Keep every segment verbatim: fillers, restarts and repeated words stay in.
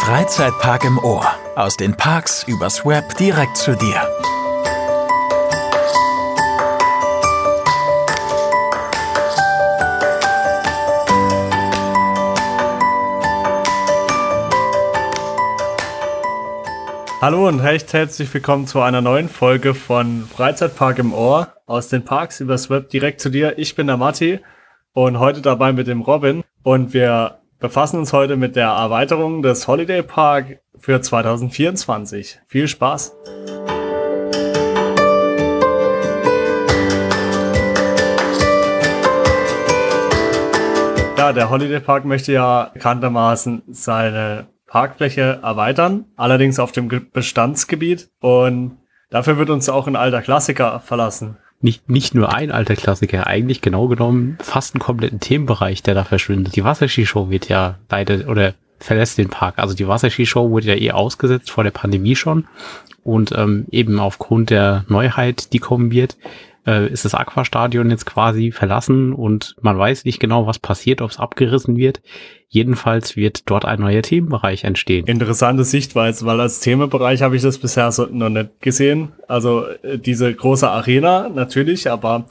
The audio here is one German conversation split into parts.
Freizeitpark im Ohr. Aus den Parks übers Web direkt zu dir. Hallo und recht herzlich willkommen zu einer neuen Folge von Freizeitpark im Ohr. Aus den Parks übers Web direkt zu dir. Ich bin der Matti und heute dabei mit dem Robin. Und wir befassen uns heute mit der Erweiterung des Holiday Park für zwanzig vierundzwanzig. Viel Spaß! Ja, der Holiday Park möchte ja bekanntermaßen seine Parkfläche erweitern, allerdings auf dem Bestandsgebiet, und dafür wird uns auch ein alter Klassiker verlassen. Nicht, nicht nur ein alter Klassiker, eigentlich genau genommen fast einen kompletten Themenbereich, der da verschwindet. Die Wasserskishow wird ja leider oder verlässt den Park. Also die Wasserskishow wurde ja eh ausgesetzt vor der Pandemie schon, und ähm, eben aufgrund der Neuheit, die kommen wird, äh, ist das Aquastadion jetzt quasi verlassen und man weiß nicht genau, was passiert, ob es abgerissen wird. Jedenfalls wird dort ein neuer Themenbereich entstehen. Interessante Sichtweise, weil als Themenbereich habe ich das bisher so noch nicht gesehen. Also äh, diese große Arena natürlich, aber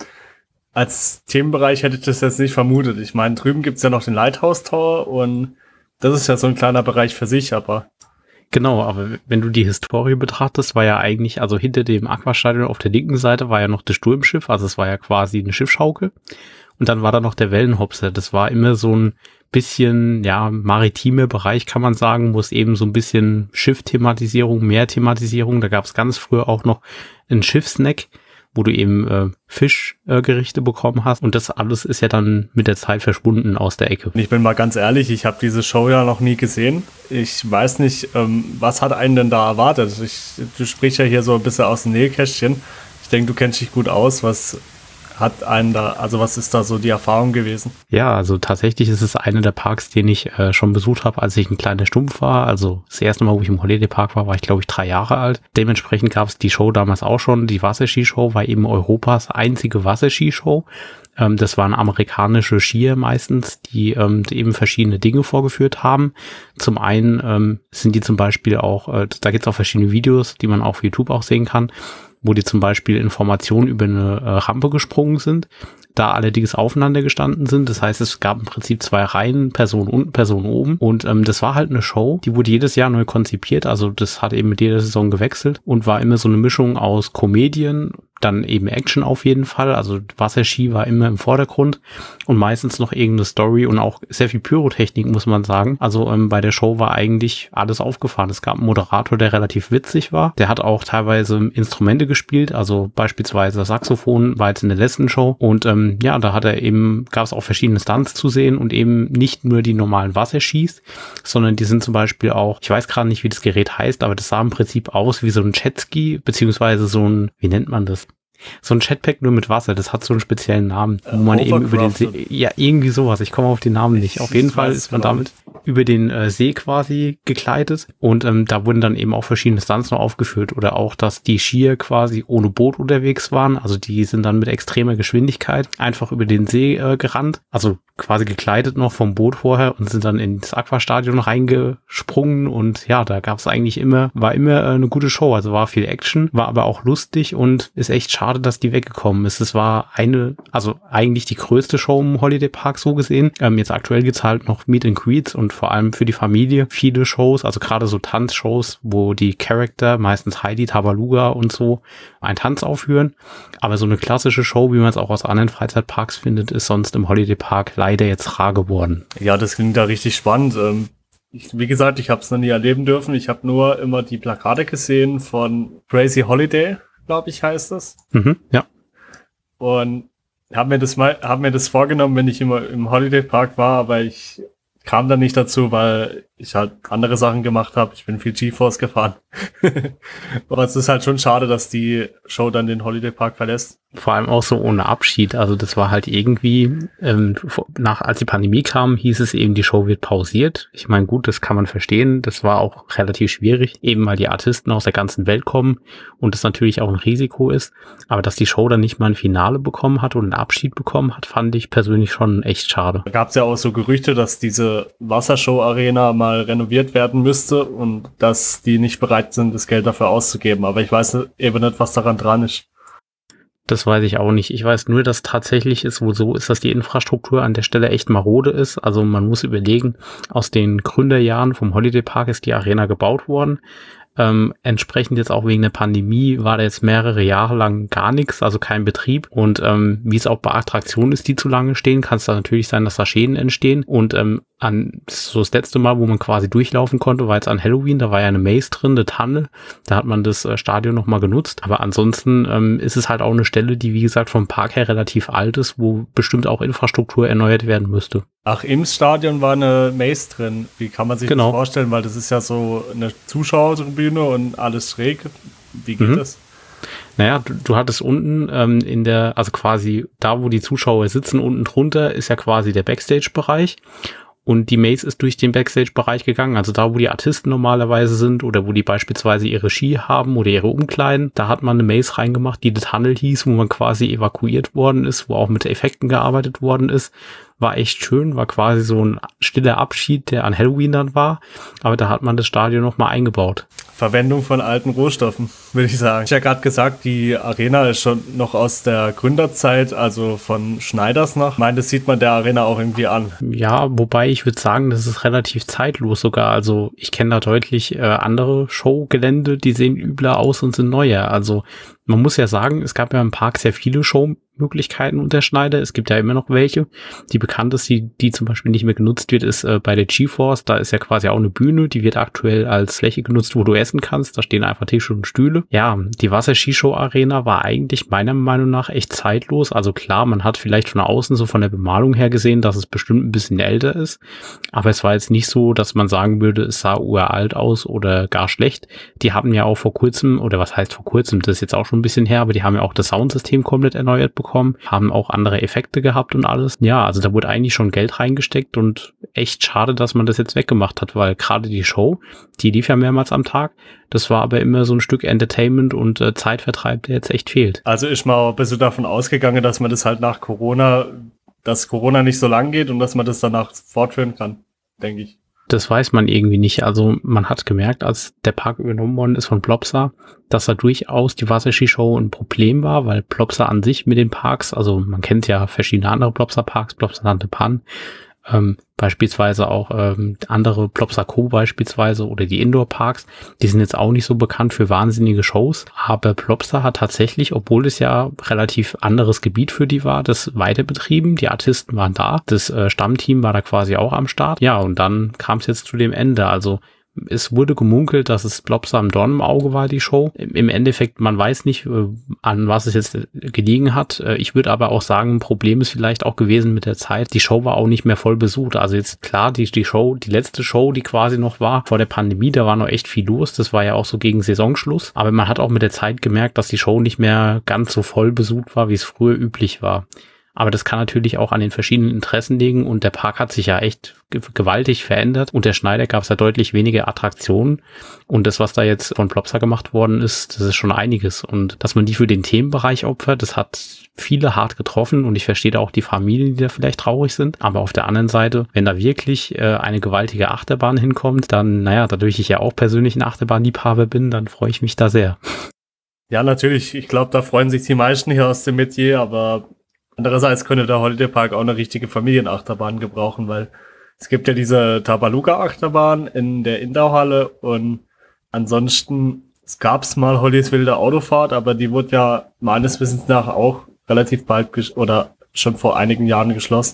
als Themenbereich hätte ich das jetzt nicht vermutet. Ich meine, drüben gibt's ja noch den Lighthouse Tower und das ist ja so ein kleiner Bereich für sich, aber... Genau, aber wenn du die Historie betrachtest, war ja eigentlich, also hinter dem Aquastadion auf der linken Seite war ja noch das Sturmschiff, also es war ja quasi eine Schiffsschaukel. Und dann war da noch der Wellenhopser. Das war immer so ein bisschen, ja, maritime Bereich, kann man sagen, wo es eben so ein bisschen Schiffthematisierung, Meerthematisierung, da gab es ganz früher auch noch einen Schiffsnack, wo du eben äh, Fischgerichte äh, bekommen hast, und das alles ist ja dann mit der Zeit verschwunden aus der Ecke. Ich bin mal ganz ehrlich, ich habe diese Show ja noch nie gesehen. Ich weiß nicht, ähm, was hat einen denn da erwartet? Ich, du sprichst ja hier so ein bisschen aus dem Nähkästchen. Ich denke, du kennst dich gut aus. Was hat einen da, also was ist da so die Erfahrung gewesen? Ja, also tatsächlich ist es einer der Parks, den ich äh, schon besucht habe, als ich ein kleiner Stumpf war. Also das erste Mal, wo ich im Holiday Park war, war ich glaube ich drei Jahre alt. Dementsprechend gab es die Show damals auch schon. Die Wasserskishow war eben Europas einzige Wasserskishow. Ähm, das waren amerikanische Skier meistens, die ähm, eben verschiedene Dinge vorgeführt haben. Zum einen ähm, sind die zum Beispiel auch, äh, da gibt es auch verschiedene Videos, die man auf YouTube auch sehen kann, wo die zum Beispiel Informationen über eine äh, Rampe gesprungen sind, da allerdings aufeinander gestanden sind. Das heißt, es gab im Prinzip zwei Reihen, Person unten, Person oben. Und ähm, das war halt eine Show, die wurde jedes Jahr neu konzipiert. Also das hat eben mit jeder Saison gewechselt und war immer so eine Mischung aus Komödien, dann eben Action auf jeden Fall. Also Wasserski war immer im Vordergrund und meistens noch irgendeine Story und auch sehr viel Pyrotechnik, muss man sagen. Also ähm, bei der Show war eigentlich alles aufgefahren. Es gab einen Moderator, der relativ witzig war. Der hat auch teilweise Instrumente gespielt, also beispielsweise Saxophon war jetzt in der letzten Show. Und ähm, ja, da hat er eben, gab es auch verschiedene Stunts zu sehen und eben nicht nur die normalen Wasserskis, sondern die sind zum Beispiel auch, ich weiß gerade nicht, wie das Gerät heißt, aber das sah im Prinzip aus wie so ein Jetski, beziehungsweise so ein, wie nennt man das? So ein Jetpack nur mit Wasser, das hat so einen speziellen Namen, wo man eben über den See, ja, irgendwie sowas, ich komme auf den Namen nicht. Auf jeden Fall ist man damit über den äh, See quasi gekleidet und ähm, da wurden dann eben auch verschiedene Stunts noch aufgeführt oder auch, dass die Skier quasi ohne Boot unterwegs waren, also die sind dann mit extremer Geschwindigkeit einfach über den See äh, gerannt, also quasi gekleidet noch vom Boot vorher und sind dann ins Aquastadion reingesprungen und ja, da gab es eigentlich immer, war immer äh, eine gute Show, also war viel Action, war aber auch lustig und ist echt schade, dass die weggekommen ist. Es war eine, also eigentlich die größte Show im Holiday Park so gesehen. Ähm, jetzt aktuell gibt's halt noch Meet and Greets und vor allem für die Familie viele Shows, also gerade so Tanzshows, wo die Charakter, meistens Heidi, Tabaluga und so, einen Tanz aufführen. Aber so eine klassische Show, wie man es auch aus anderen Freizeitparks findet, ist sonst im Holiday Park leider jetzt rar geworden. Ja, das klingt da richtig spannend. Ähm Ich, wie gesagt, ich habe es noch nie erleben dürfen. Ich habe nur immer die Plakate gesehen von Crazy Holiday, glaube ich, heißt das. Mhm, ja. Und habe mir das mal, habe mir das vorgenommen, wenn ich immer im Holiday Park war, aber ich kam dann nicht dazu, weil ich halt andere Sachen gemacht habe. Ich bin viel GeForce gefahren. Aber es ist halt schon schade, dass die Show dann den Holiday Park verlässt. Vor allem auch so ohne Abschied. Also das war halt irgendwie, ähm, nach als die Pandemie kam, hieß es eben, die Show wird pausiert. Ich meine, gut, das kann man verstehen. Das war auch relativ schwierig, eben weil die Artisten aus der ganzen Welt kommen und das natürlich auch ein Risiko ist. Aber dass die Show dann nicht mal ein Finale bekommen hat und einen Abschied bekommen hat, fand ich persönlich schon echt schade. Da gab es ja auch so Gerüchte, dass diese Wassershow-Arena mal mal renoviert werden müsste und dass die nicht bereit sind, das Geld dafür auszugeben. Aber ich weiß eben nicht, was daran dran ist. Das weiß ich auch nicht. Ich weiß nur, dass tatsächlich es wohl so ist, dass die Infrastruktur an der Stelle echt marode ist. Also man muss überlegen, aus den Gründerjahren vom Holiday Park ist die Arena gebaut worden. Ähm, entsprechend jetzt auch wegen der Pandemie war da jetzt mehrere Jahre lang gar nichts, also kein Betrieb. Und ähm, wie es auch bei Attraktionen ist, die zu lange stehen, kann es da natürlich sein, dass da Schäden entstehen. Und ähm, an so das letzte Mal, wo man quasi durchlaufen konnte, war jetzt an Halloween. Da war ja eine Maze drin, eine Tanne. Da hat man das äh, Stadion nochmal genutzt. Aber ansonsten ähm, ist es halt auch eine Stelle, die wie gesagt vom Park her relativ alt ist, wo bestimmt auch Infrastruktur erneuert werden müsste. Ach, im Stadion war eine Maze drin. Wie kann man sich genau. das vorstellen? Weil das ist ja so eine Zuschauertribüne und alles schräg. Wie geht mhm. das? Naja, du, du hattest unten ähm, in der, also quasi da, wo die Zuschauer sitzen, unten drunter ist ja quasi der Backstage-Bereich. Und die Maze ist durch den Backstage-Bereich gegangen, also da, wo die Artisten normalerweise sind oder wo die beispielsweise ihre Ski haben oder ihre Umkleiden. Da hat man eine Maze reingemacht, die The Tunnel hieß, wo man quasi evakuiert worden ist, wo auch mit Effekten gearbeitet worden ist. War echt schön, war quasi so ein stiller Abschied, der an Halloween dann war. Aber da hat man das Stadion nochmal eingebaut. Verwendung von alten Rohstoffen, würde ich sagen. Ich habe ja gerade gesagt, die Arena ist schon noch aus der Gründerzeit, also von Schneiders noch. Ich meine, das sieht man der Arena auch irgendwie an. Ja, wobei ich würde sagen, das ist relativ zeitlos sogar. Also ich kenne da deutlich äh, andere Showgelände, die sehen übler aus und sind neuer. Also man muss ja sagen, es gab ja im Park sehr viele Showmöglichkeiten unter Schneider. Es gibt ja immer noch welche. Die bekannteste, die, die zum Beispiel nicht mehr genutzt wird, ist äh, bei der GeForce. Da ist ja quasi auch eine Bühne. Die wird aktuell als Fläche genutzt, wo du essen kannst. Da stehen einfach Tische und Stühle. Ja, die Wasserskishow-Arena war eigentlich meiner Meinung nach echt zeitlos. Also klar, man hat vielleicht von außen so von der Bemalung her gesehen, dass es bestimmt ein bisschen älter ist. Aber es war jetzt nicht so, dass man sagen würde, es sah uralt aus oder gar schlecht. Die haben ja auch vor kurzem, oder was heißt vor kurzem, das ist jetzt auch schon ein bisschen her, aber die haben ja auch das Soundsystem komplett erneuert bekommen, haben auch andere Effekte gehabt und alles. Ja, also da wurde eigentlich schon Geld reingesteckt und echt schade, dass man das jetzt weggemacht hat, weil gerade die Show, die lief ja mehrmals am Tag, das war aber immer so ein Stück Entertainment und äh, Zeitvertreib, der jetzt echt fehlt. Also ist man auch ein bisschen davon ausgegangen, dass man das halt nach Corona, dass Corona nicht so lang geht und dass man das danach fortführen kann, denke ich. Das weiß man irgendwie nicht. Also man hat gemerkt, als der Park übernommen worden ist von Plopsa, dass da durchaus die Wasserskishow ein Problem war, weil Plopsa an sich mit den Parks, also man kennt ja verschiedene andere Plopsa-Parks, Plopsa Tante Pan, ähm, beispielsweise auch ähm, andere Plopsa Co. beispielsweise oder die Indoor-Parks, die sind jetzt auch nicht so bekannt für wahnsinnige Shows, aber Plopsa hat tatsächlich, obwohl es ja relativ anderes Gebiet für die war, das weiter betrieben, die Artisten waren da, das äh, Stammteam war da quasi auch am Start, ja, und dann kam es jetzt zu dem Ende, also es wurde gemunkelt, dass es Plopsa am Dorn im Auge war, die Show. Im Endeffekt, man weiß nicht, an was es jetzt gelegen hat. Ich würde aber auch sagen, ein Problem ist vielleicht auch gewesen mit der Zeit. Die Show war auch nicht mehr voll besucht. Also jetzt klar, die, die Show, die letzte Show, die quasi noch war vor der Pandemie, da war noch echt viel los. Das war ja auch so gegen Saisonschluss. Aber man hat auch mit der Zeit gemerkt, dass die Show nicht mehr ganz so voll besucht war, wie es früher üblich war. Aber das kann natürlich auch an den verschiedenen Interessen liegen und der Park hat sich ja echt gewaltig verändert. Unter Schneider gab es ja deutlich weniger Attraktionen und das, was da jetzt von Plopsa gemacht worden ist, das ist schon einiges. Und dass man die für den Themenbereich opfert, das hat viele hart getroffen und ich verstehe da auch die Familien, die da vielleicht traurig sind. Aber auf der anderen Seite, wenn da wirklich äh, eine gewaltige Achterbahn hinkommt, dann, naja, dadurch ich ja auch persönlich ein Achterbahnliebhaber bin, dann freue ich mich da sehr. Ja, natürlich. Ich glaube, da freuen sich die meisten hier aus dem Metier, aber andererseits könnte der Holiday Park auch eine richtige Familienachterbahn gebrauchen, weil es gibt ja diese Tabaluga-Achterbahn in der Indoor-Halle und ansonsten, es gab's mal Hollys wilde Autofahrt, aber die wurde ja meines Wissens nach auch relativ bald ges- oder schon vor einigen Jahren geschlossen.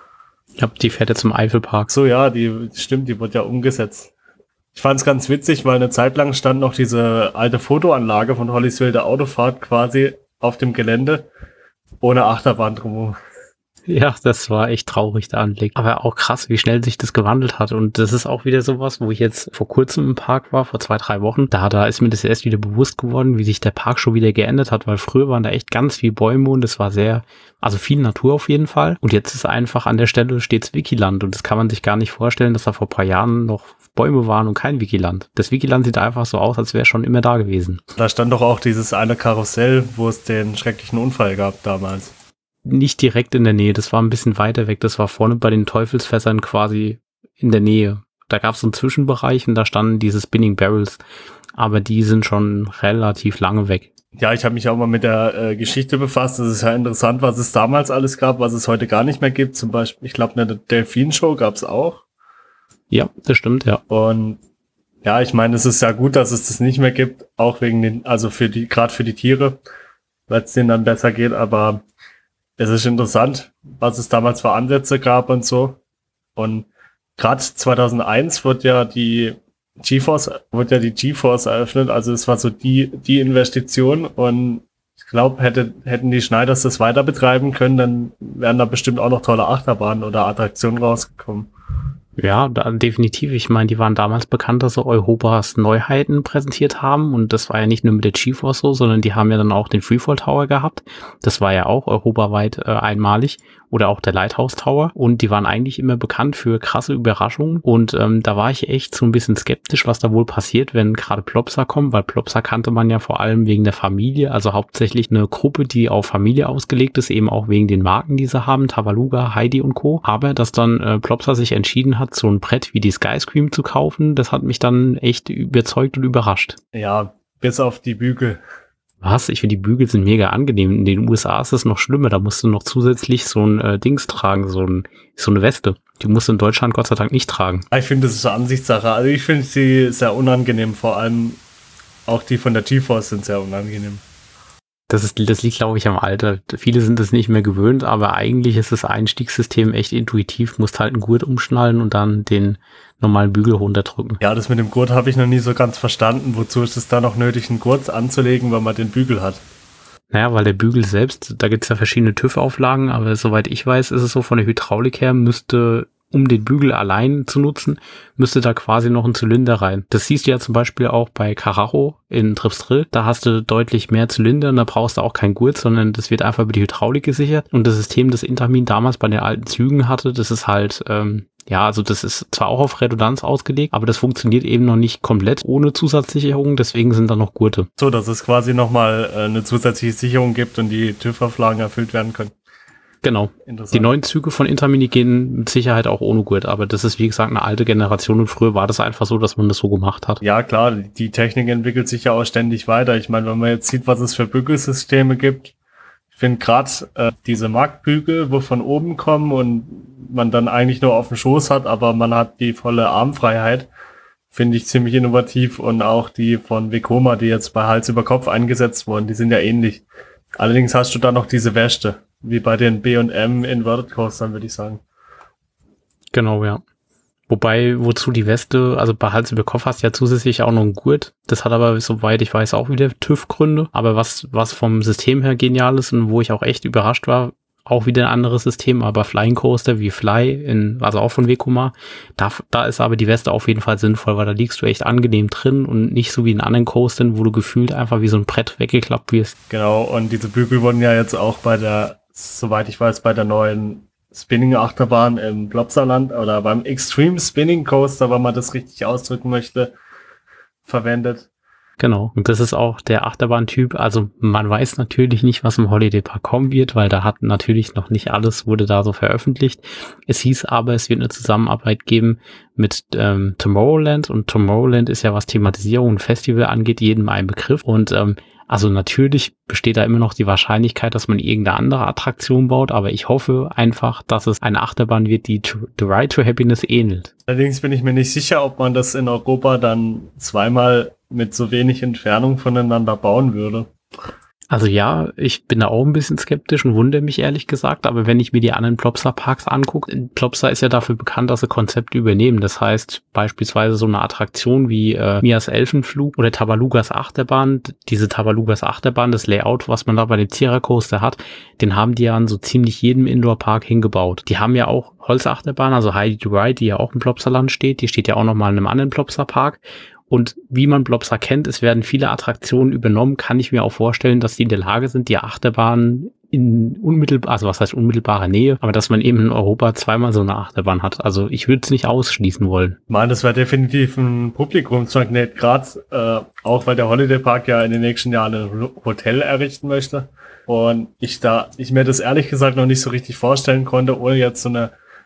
Ja, die fährt jetzt zum Eifelpark. So, ja, die stimmt, die wurde ja umgesetzt. Ich fand's ganz witzig, weil eine Zeit lang stand noch diese alte Fotoanlage von Hollys wilde Autofahrt quasi auf dem Gelände. Ohne Achterbahn drumherum. Ja, das war echt traurig, der Anblick. Aber auch krass, wie schnell sich das gewandelt hat. Und das ist auch wieder sowas, wo ich jetzt vor kurzem im Park war, vor zwei, drei Wochen. Da, da ist mir das erst wieder bewusst geworden, wie sich der Park schon wieder geändert hat, weil früher waren da echt ganz viel Bäume und es war sehr, also viel Natur auf jeden Fall. Und jetzt ist einfach an der Stelle stets Wikiland und das kann man sich gar nicht vorstellen, dass da vor ein paar Jahren noch Bäume waren und kein Wikiland. Das Wikiland sieht einfach so aus, als wäre schon immer da gewesen. Da stand doch auch dieses eine Karussell, wo es den schrecklichen Unfall gab damals. Nicht direkt in der Nähe, das war ein bisschen weiter weg. Das war vorne bei den Teufelsfässern quasi in der Nähe. Da gab es so einen Zwischenbereich und da standen diese Spinning Barrels, aber die sind schon relativ lange weg. Ja, ich habe mich auch mal mit der äh, Geschichte befasst. Es ist ja interessant, was es damals alles gab, was es heute gar nicht mehr gibt. Zum Beispiel, ich glaube, eine Delfin-Show gab es auch. Ja, das stimmt, ja. Und ja, ich meine, es ist ja gut, dass es das nicht mehr gibt, auch wegen den, also für die, gerade für die Tiere, weil es denen dann besser geht. Aber es ist interessant, was es damals für Ansätze gab und so. Und gerade zweitausendeins wird ja die GeForce, wurde ja die GeForce eröffnet, also es war so die, die Investition und ich glaube, hätte, hätten die Schneiders das weiter betreiben können, dann wären da bestimmt auch noch tolle Achterbahnen oder Attraktionen rausgekommen. Ja, da, definitiv. Ich meine, die waren damals bekannt, dass sie Europas Neuheiten präsentiert haben und das war ja nicht nur mit der GeForce so, sondern die haben ja dann auch den Freefall Tower gehabt. Das war ja auch europaweit äh, einmalig. Oder auch der Lighthouse Tower. Und die waren eigentlich immer bekannt für krasse Überraschungen. Und ähm, da war ich echt so ein bisschen skeptisch, was da wohl passiert, wenn gerade Plopsa kommen, weil Plopsa kannte man ja vor allem wegen der Familie, also hauptsächlich eine Gruppe, die auf Familie ausgelegt ist, eben auch wegen den Marken, die sie haben, Tabaluga, Heidi und Co. Aber dass dann äh, Plopsa sich entschieden hat, so ein Brett wie die Skyscream zu kaufen, das hat mich dann echt überzeugt und überrascht. Ja, bis auf die Bügel. Was? Ich finde, die Bügel sind mega angenehm. In den U S A ist es noch schlimmer. Da musst du noch zusätzlich so ein äh, Dings tragen, so, ein, so eine Weste. Die musst du in Deutschland Gott sei Dank nicht tragen. Ich finde, das ist eine Ansichtssache. Also ich finde sie sehr unangenehm. Vor allem auch die von der GeForce sind sehr unangenehm. Das, ist, das liegt, glaube ich, am Alter. Viele sind es nicht mehr gewöhnt, aber eigentlich ist das Einstiegssystem echt intuitiv. Musst halt einen Gurt umschnallen und dann den normalen Bügel runterdrücken. Ja, das mit dem Gurt habe ich noch nie so ganz verstanden. Wozu ist es da noch nötig, einen Gurt anzulegen, wenn man den Bügel hat? Naja, weil der Bügel selbst, da gibt es ja verschiedene TÜV-Auflagen, aber soweit ich weiß, ist es so, von der Hydraulik her müsste, um den Bügel allein zu nutzen, müsste da quasi noch ein Zylinder rein. Das siehst du ja zum Beispiel auch bei Carajo in Tripsdrill. Da hast du deutlich mehr Zylinder und da brauchst du auch keinen Gurt, sondern das wird einfach über die Hydraulik gesichert. Und das System, das Intamin damals bei den alten Zügen hatte, das ist halt, ähm, ja, also das ist zwar auch auf Redundanz ausgelegt, aber das funktioniert eben noch nicht komplett ohne Zusatzsicherung, deswegen sind da noch Gurte. So, dass es quasi nochmal äh, eine zusätzliche Sicherung gibt und die TÜV-Auflagen erfüllt werden können. Genau. Die neuen Züge von Intamin gehen mit Sicherheit auch ohne Gurt, aber das ist wie gesagt eine alte Generation und früher war das einfach so, dass man das so gemacht hat. Ja klar, die Technik entwickelt sich ja auch ständig weiter. Ich meine, wenn man jetzt sieht, was es für Bügelsysteme gibt, ich finde gerade äh, diese Marktbügel, wo von oben kommen und man dann eigentlich nur auf dem Schoß hat, aber man hat die volle Armfreiheit, finde ich ziemlich innovativ und auch die von Vekoma, die jetzt bei Hals über Kopf eingesetzt wurden, die sind ja ähnlich. Allerdings hast du da noch diese Weste, wie bei den B und M Inverted Coastern, würde ich sagen. Genau, ja. Wobei, wozu die Weste, also bei Hals über Kopf hast du ja zusätzlich auch noch einen Gurt. Das hat aber, soweit ich weiß, auch wieder TÜV-Gründe. Aber was, was vom System her genial ist und wo ich auch echt überrascht war, auch wieder ein anderes System, aber Flying Coaster wie Fly, in, also auch von Vekoma, da, da ist aber die Weste auf jeden Fall sinnvoll, weil da liegst du echt angenehm drin und nicht so wie in anderen Coastern, wo du gefühlt einfach wie so ein Brett weggeklappt wirst. Genau, und diese Bügel wurden ja jetzt auch bei der, soweit ich weiß, bei der neuen Spinning-Achterbahn im Plopsaland oder beim Extreme Spinning Coaster, wenn man das richtig ausdrücken möchte, verwendet. Genau, und das ist auch der Achterbahntyp, also man weiß natürlich nicht, was im Holiday Park kommen wird, weil da hat natürlich noch nicht alles, wurde da so veröffentlicht. Es hieß aber, es wird eine Zusammenarbeit geben mit ähm, Tomorrowland und Tomorrowland ist ja, was Thematisierung und Festival angeht, jedem ein Begriff und ähm, also natürlich besteht da immer noch die Wahrscheinlichkeit, dass man irgendeine andere Attraktion baut, aber ich hoffe einfach, dass es eine Achterbahn wird, die to, The Ride to Happiness ähnelt. Allerdings bin ich mir nicht sicher, ob man das in Europa dann zweimal mit so wenig Entfernung voneinander bauen würde. Also ja, ich bin da auch ein bisschen skeptisch und wundere mich ehrlich gesagt, aber wenn ich mir die anderen Plopsa-Parks angucke, Plopsa ist ja dafür bekannt, dass sie Konzepte übernehmen. Das heißt beispielsweise so eine Attraktion wie äh, Mias Elfenflug oder Tabalugas Achterbahn, diese Tabalugas Achterbahn, das Layout, was man da bei dem Sierra Coaster hat, den haben die ja an so ziemlich jedem Indoor-Park hingebaut. Die haben ja auch Holzachterbahn, also Heidi the Ride, die ja auch im Plopsaland steht, die steht ja auch nochmal in einem anderen Plopsa-Park. Und wie man Plopsa kennt, es werden viele Attraktionen übernommen, kann ich mir auch vorstellen, dass die in der Lage sind, die Achterbahn in unmittelbar, also was heißt unmittelbarer Nähe, aber dass man eben in Europa zweimal so eine Achterbahn hat. Also ich würde es nicht ausschließen wollen. Ich meine, das wäre definitiv ein Publikumsmagnet, gerade äh, auch weil der Holiday Park ja in den nächsten Jahren ein Hotel errichten möchte. Und ich da, ich mir das ehrlich gesagt noch nicht so richtig vorstellen konnte, ohne jetzt so eine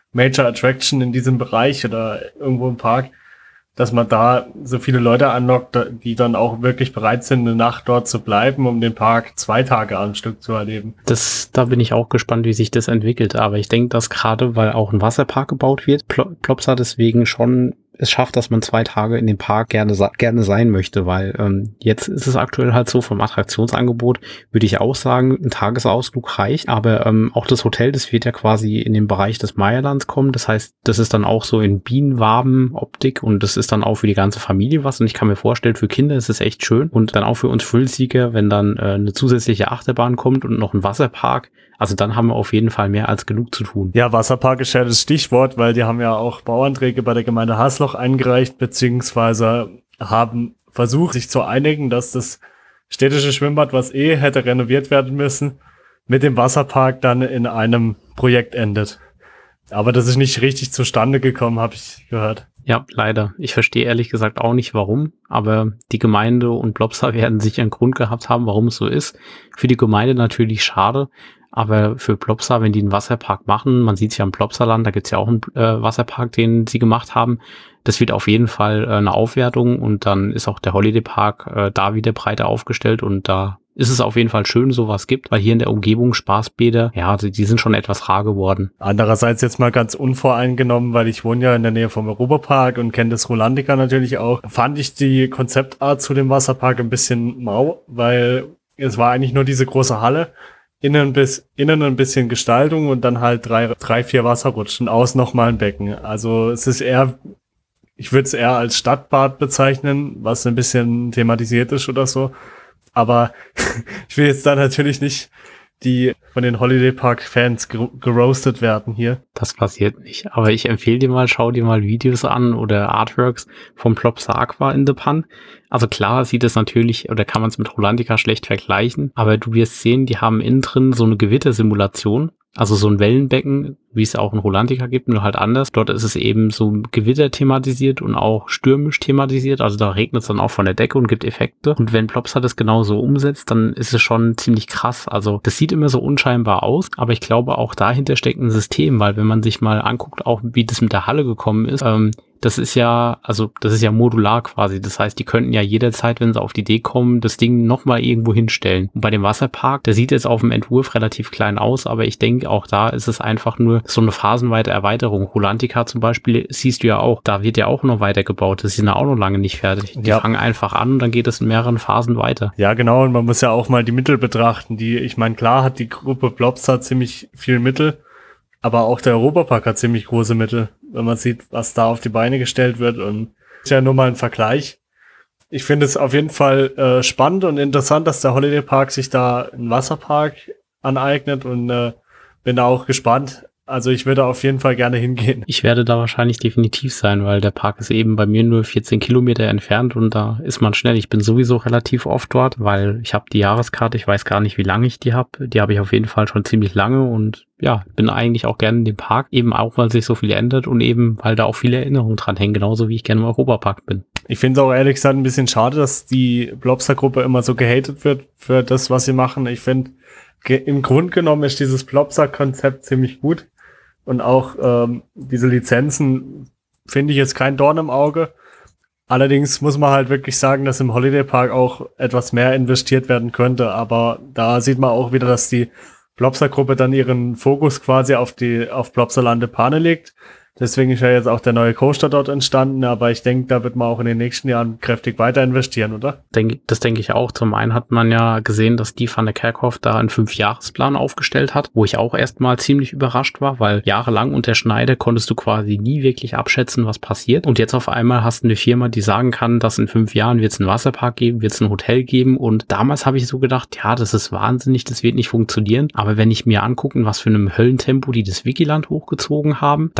Major Attraction in diesem Bereich oder irgendwo im Park, dass man da so viele Leute anlockt, die dann auch wirklich bereit sind, eine Nacht dort zu bleiben, um den Park zwei Tage am Stück zu erleben. Das, da bin ich auch gespannt, wie sich das entwickelt. Aber ich denke, dass gerade, weil auch ein Wasserpark gebaut wird, Plopsa deswegen schon es schafft, dass man zwei Tage in dem Park gerne gerne sein möchte, weil ähm, jetzt ist es aktuell halt so, vom Attraktionsangebot würde ich auch sagen, ein Tagesausflug reicht, aber ähm, auch das Hotel, das wird ja quasi in den Bereich des Meierlands kommen, das heißt, das ist dann auch so in Bienenwaben-Optik und das ist dann auch für die ganze Familie was und ich kann mir vorstellen, für Kinder ist es echt schön und dann auch für uns Thrill-Seeker, wenn dann äh, eine zusätzliche Achterbahn kommt und noch ein Wasserpark. Also dann haben wir auf jeden Fall mehr als genug zu tun. Ja, Wasserpark ist ja das Stichwort, weil die haben ja auch Bauanträge bei der Gemeinde Hasloch eingereicht, beziehungsweise haben versucht, sich zu einigen, dass das städtische Schwimmbad, was eh hätte renoviert werden müssen, mit dem Wasserpark dann in einem Projekt endet. Aber das ist nicht richtig zustande gekommen, habe ich gehört. Ja, leider. Ich verstehe ehrlich gesagt auch nicht, warum, aber die Gemeinde und Plopsa werden sicher einen Grund gehabt haben, warum es so ist. Für die Gemeinde natürlich schade, aber für Plopsa, wenn die einen Wasserpark machen, man sieht es ja im Plopsaland, da gibt's ja auch einen äh, Wasserpark, den sie gemacht haben, das wird auf jeden Fall äh, eine Aufwertung und dann ist auch der Holiday Park äh, da wieder breiter aufgestellt und da ist es auf jeden Fall schön, sowas gibt, weil hier in der Umgebung Spaßbäder, ja, die, die sind schon etwas rar geworden. Andererseits jetzt mal ganz unvoreingenommen, weil ich wohne ja in der Nähe vom Europapark und kenne das Rolandica natürlich auch, fand ich die Konzeptart zu dem Wasserpark ein bisschen mau, weil es war eigentlich nur diese große Halle, innen bis innen ein bisschen Gestaltung und dann halt drei, drei vier Wasserrutschen, außen nochmal ein Becken. Also es ist eher, ich würde es eher als Stadtbad bezeichnen, was ein bisschen thematisiert ist oder so. Aber ich will jetzt da natürlich nicht die von den Holiday Park Fans ger- geroastet werden hier. Das passiert nicht. Aber ich empfehle dir mal, schau dir mal Videos an oder Artworks vom Plopsa Aqua in the Pan. Also klar sieht es natürlich, oder kann man es mit Rolandica schlecht vergleichen, aber du wirst sehen, die haben innen drin so eine Gewittersimulation. Also so ein Wellenbecken, wie es auch in Rolandica gibt, nur halt anders. Dort ist es eben so Gewitter thematisiert und auch stürmisch thematisiert. Also da regnet es dann auch von der Decke und gibt Effekte. Und wenn Plopsa das genauso umsetzt, dann ist es schon ziemlich krass. Also das sieht immer so unscheinbar aus, aber ich glaube auch dahinter steckt ein System, weil wenn man sich mal anguckt, auch wie das mit der Halle gekommen ist, ähm, das ist ja, also das ist ja modular quasi. Das heißt, die könnten ja jederzeit, wenn sie auf die Idee kommen, das Ding nochmal irgendwo hinstellen. Und bei dem Wasserpark, der sieht jetzt auf dem Entwurf relativ klein aus, aber ich denke, auch da ist es einfach nur so eine phasenweite Erweiterung. Rolandica zum Beispiel, siehst du ja auch, da wird ja auch noch weitergebaut. Das ist ja auch noch lange nicht fertig. Die ja. fangen einfach an und dann geht es in mehreren Phasen weiter. Ja, genau. Und man muss ja auch mal die Mittel betrachten. Die, ich meine, klar hat die Gruppe Plopsa ziemlich viel Mittel, aber auch der Europapark hat ziemlich große Mittel, wenn man sieht, was da auf die Beine gestellt wird. Und ist ja nur mal ein Vergleich. Ich finde es auf jeden Fall äh, spannend und interessant, dass der Holiday Park sich da einen Wasserpark aneignet und äh, bin da auch gespannt. Also ich würde auf jeden Fall gerne hingehen. Ich werde da wahrscheinlich definitiv sein, weil der Park ist eben bei mir nur vierzehn Kilometer entfernt und da ist man schnell. Ich bin sowieso relativ oft dort, weil ich habe die Jahreskarte, ich weiß gar nicht, wie lange ich die habe. Die habe ich auf jeden Fall schon ziemlich lange und ja, bin eigentlich auch gerne in dem Park, eben auch, weil sich so viel ändert und eben, weil da auch viele Erinnerungen dran hängen, genauso wie ich gerne im Europapark bin. Ich finde es auch ehrlich gesagt ein bisschen schade, dass die Plopsa-Gruppe immer so gehatet wird für das, was sie machen. Ich finde, im Grunde genommen ist dieses Plopsa-Konzept ziemlich gut. Und auch ähm, diese Lizenzen finde ich jetzt kein Dorn im Auge. Allerdings muss man halt wirklich sagen, dass im Holiday Park auch etwas mehr investiert werden könnte. Aber da sieht man auch wieder, dass die Plopsa-Gruppe dann ihren Fokus quasi auf die auf Plopsaland Pane legt. Deswegen ist ja jetzt auch der neue Coaster dort entstanden, aber ich denke, da wird man auch in den nächsten Jahren kräftig weiter investieren, oder? Denk, das denke ich auch. Zum einen hat man ja gesehen, dass die Van der Kerkhoff da einen Fünfjahresplan aufgestellt hat, wo ich auch erstmal ziemlich überrascht war, weil jahrelang unter Schneider konntest du quasi nie wirklich abschätzen, was passiert. Und jetzt auf einmal hast du eine Firma, die sagen kann, dass in fünf Jahren wird es einen Wasserpark geben, wird es ein Hotel geben. Und damals habe ich so gedacht, ja, das ist wahnsinnig, das wird nicht funktionieren. Aber wenn ich mir angucke, was für einem Höllentempo die das Wikiland hochgezogen haben, dann traue ich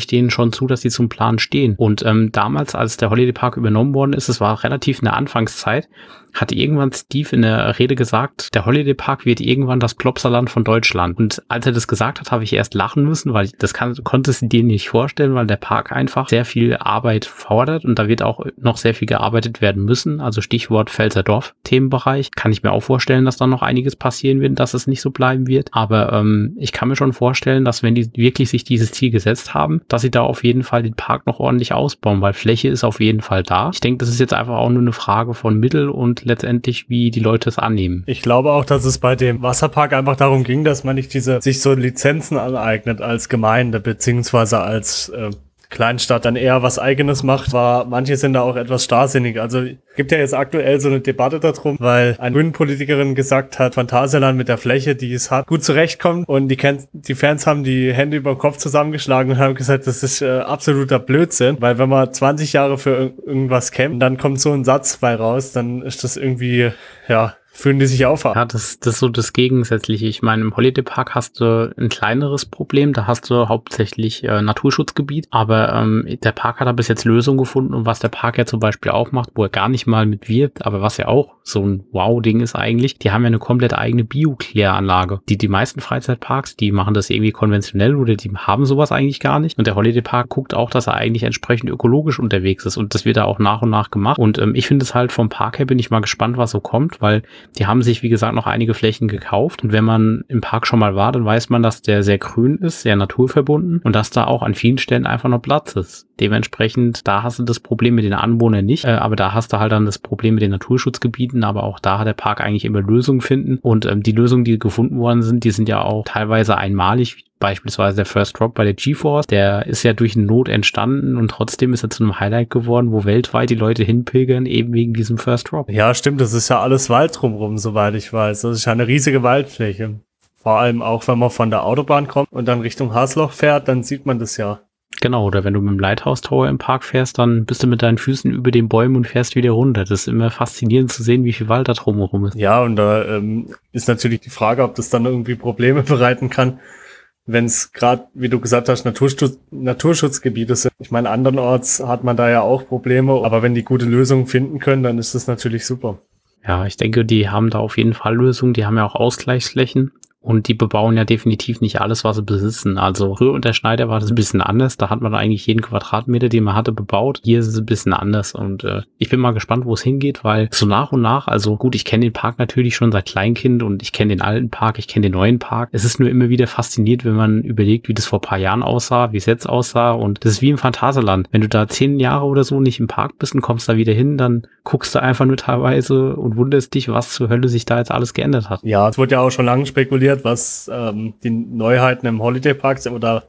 ich denen schon zu, dass sie zum Plan stehen. Und ähm, damals, als der Holiday Park übernommen worden ist, es war relativ in der Anfangszeit, hatte irgendwann Steve in der Rede gesagt, der Holiday Park wird irgendwann das Plopsaland von Deutschland. Und als er das gesagt hat, habe ich erst lachen müssen, weil ich, das kann, konnte sie dir nicht vorstellen, weil der Park einfach sehr viel Arbeit fordert und da wird auch noch sehr viel gearbeitet werden müssen. Also Stichwort Pfälzer Dorf-Themenbereich. Kann ich mir auch vorstellen, dass da noch einiges passieren wird, dass es nicht so bleiben wird. Aber ähm, ich kann mir schon vorstellen, dass wenn die wirklich sich dieses Ziel gesetzt haben, dass sie da auf jeden Fall den Park noch ordentlich ausbauen, weil Fläche ist auf jeden Fall da. Ich denke, das ist jetzt einfach auch nur eine Frage von Mittel und letztendlich, wie die Leute es annehmen. Ich glaube auch, dass es bei dem Wasserpark einfach darum ging, dass man nicht diese sich so Lizenzen aneignet als Gemeinde beziehungsweise als äh, Kleinstadt dann eher was Eigenes macht, war, manche sind da auch etwas starrsinnig. Also gibt ja jetzt aktuell so eine Debatte darum, weil eine Grünen-Politikerin gesagt hat, Phantasialand mit der Fläche, die es hat, gut zurechtkommt und die, die Fans haben die Hände über den Kopf zusammengeschlagen und haben gesagt, das ist äh, absoluter Blödsinn, weil wenn man zwanzig Jahre für ir- irgendwas kämpft und dann kommt so ein Satz bei raus, dann ist das irgendwie, ja, fühlen die sich auf. Ja, das, das ist so das Gegensätzliche. Ich meine, im Holiday Park hast du ein kleineres Problem. Da hast du hauptsächlich äh, Naturschutzgebiet. Aber ähm, der Park hat da bis jetzt Lösungen gefunden. Und was der Park ja zum Beispiel auch macht, wo er gar nicht mal mit wirbt, aber was ja auch so ein Wow-Ding ist eigentlich, die haben ja eine komplett eigene Bio-Kläranlage. Die, die meisten Freizeitparks, die machen das irgendwie konventionell oder die haben sowas eigentlich gar nicht. Und der Holiday Park guckt auch, dass er eigentlich entsprechend ökologisch unterwegs ist. Und das wird da auch nach und nach gemacht. Und ähm, ich finde es halt vom Park her, bin ich mal gespannt, was so kommt, weil die haben sich, wie gesagt, noch einige Flächen gekauft. Und wenn man im Park schon mal war, dann weiß man, dass der sehr grün ist, sehr naturverbunden und dass da auch an vielen Stellen einfach noch Platz ist. Dementsprechend, da hast du das Problem mit den Anwohnern nicht, äh, aber da hast du halt dann das Problem mit den Naturschutzgebieten, aber auch da hat der Park eigentlich immer Lösungen finden. Und ähm, die Lösungen, die gefunden worden sind, die sind ja auch teilweise einmalig. Beispielsweise der First Drop bei der GeForce, der ist ja durch eine Not entstanden und trotzdem ist er zu einem Highlight geworden, wo weltweit die Leute hinpilgern, eben wegen diesem First Drop. Ja, stimmt, das ist ja alles Wald drumherum, soweit ich weiß. Das ist ja eine riesige Waldfläche. Vor allem auch, wenn man von der Autobahn kommt und dann Richtung Hasloch fährt, dann sieht man das ja. Genau, oder wenn du mit dem Lighthouse Tower im Park fährst, dann bist du mit deinen Füßen über den Bäumen und fährst wieder runter. Das ist immer faszinierend zu sehen, wie viel Wald da drumherum ist. Ja, und da ähm, ist natürlich die Frage, ob das dann irgendwie Probleme bereiten kann, wenn es gerade, wie du gesagt hast, Naturschutz, Naturschutzgebiete sind. Ich meine, andernorts hat man da ja auch Probleme, aber wenn die gute Lösungen finden können, dann ist das natürlich super. Ja, ich denke, die haben da auf jeden Fall Lösungen. Die haben ja auch Ausgleichsflächen. Und die bebauen ja definitiv nicht alles, was sie besitzen. Also früher unter Schneider war das ein bisschen anders. Da hat man eigentlich jeden Quadratmeter, den man hatte, bebaut. Hier ist es ein bisschen anders. Und äh, ich bin mal gespannt, wo es hingeht, weil so nach und nach, also gut, ich kenne den Park natürlich schon seit Kleinkind und ich kenne den alten Park, ich kenne den neuen Park. Es ist nur immer wieder fasziniert, wenn man überlegt, wie das vor ein paar Jahren aussah, wie es jetzt aussah. Und das ist wie im Phantasialand. Wenn du da zehn Jahre oder so nicht im Park bist und kommst da wieder hin, dann guckst du einfach nur teilweise und wunderst dich, was zur Hölle sich da jetzt alles geändert hat. Ja, es wurde ja auch schon lange spekuliert, was ähm, die Neuheiten im Holiday Park sind oder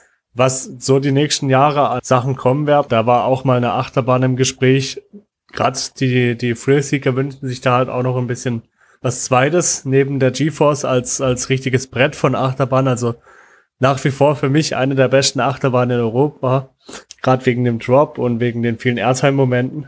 was so die nächsten Jahre als Sachen kommen werden. Da war auch mal eine Achterbahn im Gespräch. Gerade die, die Thrill-Seeker wünschen sich da halt auch noch ein bisschen was Zweites neben der GeForce als, als richtiges Brett von Achterbahn. Also nach wie vor für mich eine der besten Achterbahnen in Europa. Gerade wegen dem Drop und wegen den vielen Airtime-Momenten.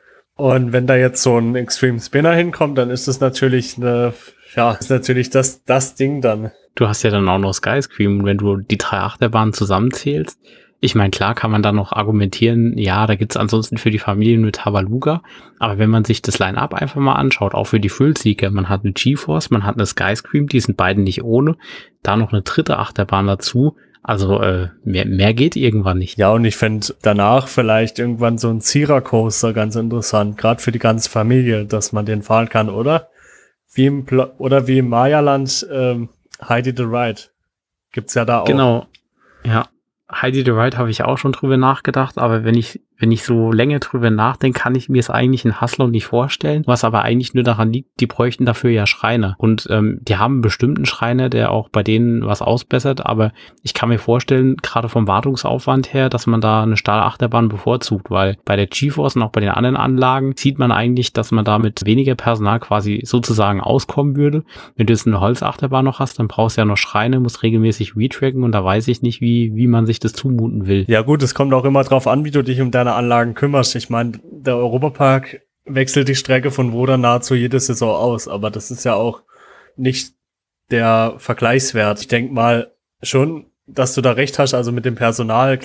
Und wenn da jetzt so ein Extreme Spinner hinkommt, dann ist das natürlich eine, ja, ist natürlich das, das Ding dann. Du hast ja dann auch noch Skyscream, wenn du die drei Achterbahnen zusammenzählst. Ich meine, klar kann man dann noch argumentieren, ja, da gibt's ansonsten für die Familien nur Tabaluga, aber wenn man sich das Line-Up einfach mal anschaut, auch für die Thrill-Seeker, man hat eine GeForce, man hat eine Skyscream, die sind beiden nicht ohne, da noch eine dritte Achterbahn dazu, also äh, mehr, mehr geht irgendwann nicht. Ja, und ich fände danach vielleicht irgendwann so ein Zierer-Coaster ganz interessant, gerade für die ganze Familie, dass man den fahren kann, oder? Wie im Pla- oder wie im Mayaland ähm, Heidi the Ride. Gibt's ja da auch. Genau, ja. Heidi the Ride habe ich auch schon drüber nachgedacht, aber wenn ich wenn ich so länger drüber nachdenke, kann ich mir es eigentlich in Hasloch nicht vorstellen, was aber eigentlich nur daran liegt, die bräuchten dafür ja Schreiner und ähm, die haben einen bestimmten Schreiner, der auch bei denen was ausbessert, aber ich kann mir vorstellen, gerade vom Wartungsaufwand her, dass man da eine Stahlachterbahn bevorzugt, weil bei der GeForce und auch bei den anderen Anlagen sieht man eigentlich, dass man da mit weniger Personal quasi sozusagen auskommen würde. Wenn du jetzt eine Holzachterbahn noch hast, dann brauchst du ja noch Schreiner, musst regelmäßig retracken und da weiß ich nicht, wie wie man sich das zumuten will. Ja gut, es kommt auch immer drauf an, wie du dich um deine Anlagen kümmerst. Ich meine, der Europapark wechselt die Strecke von Wodan nahezu jede Saison aus, aber das ist ja auch nicht der Vergleichswert. Ich denke mal schon, dass du da recht hast, also mit dem Personal, klar,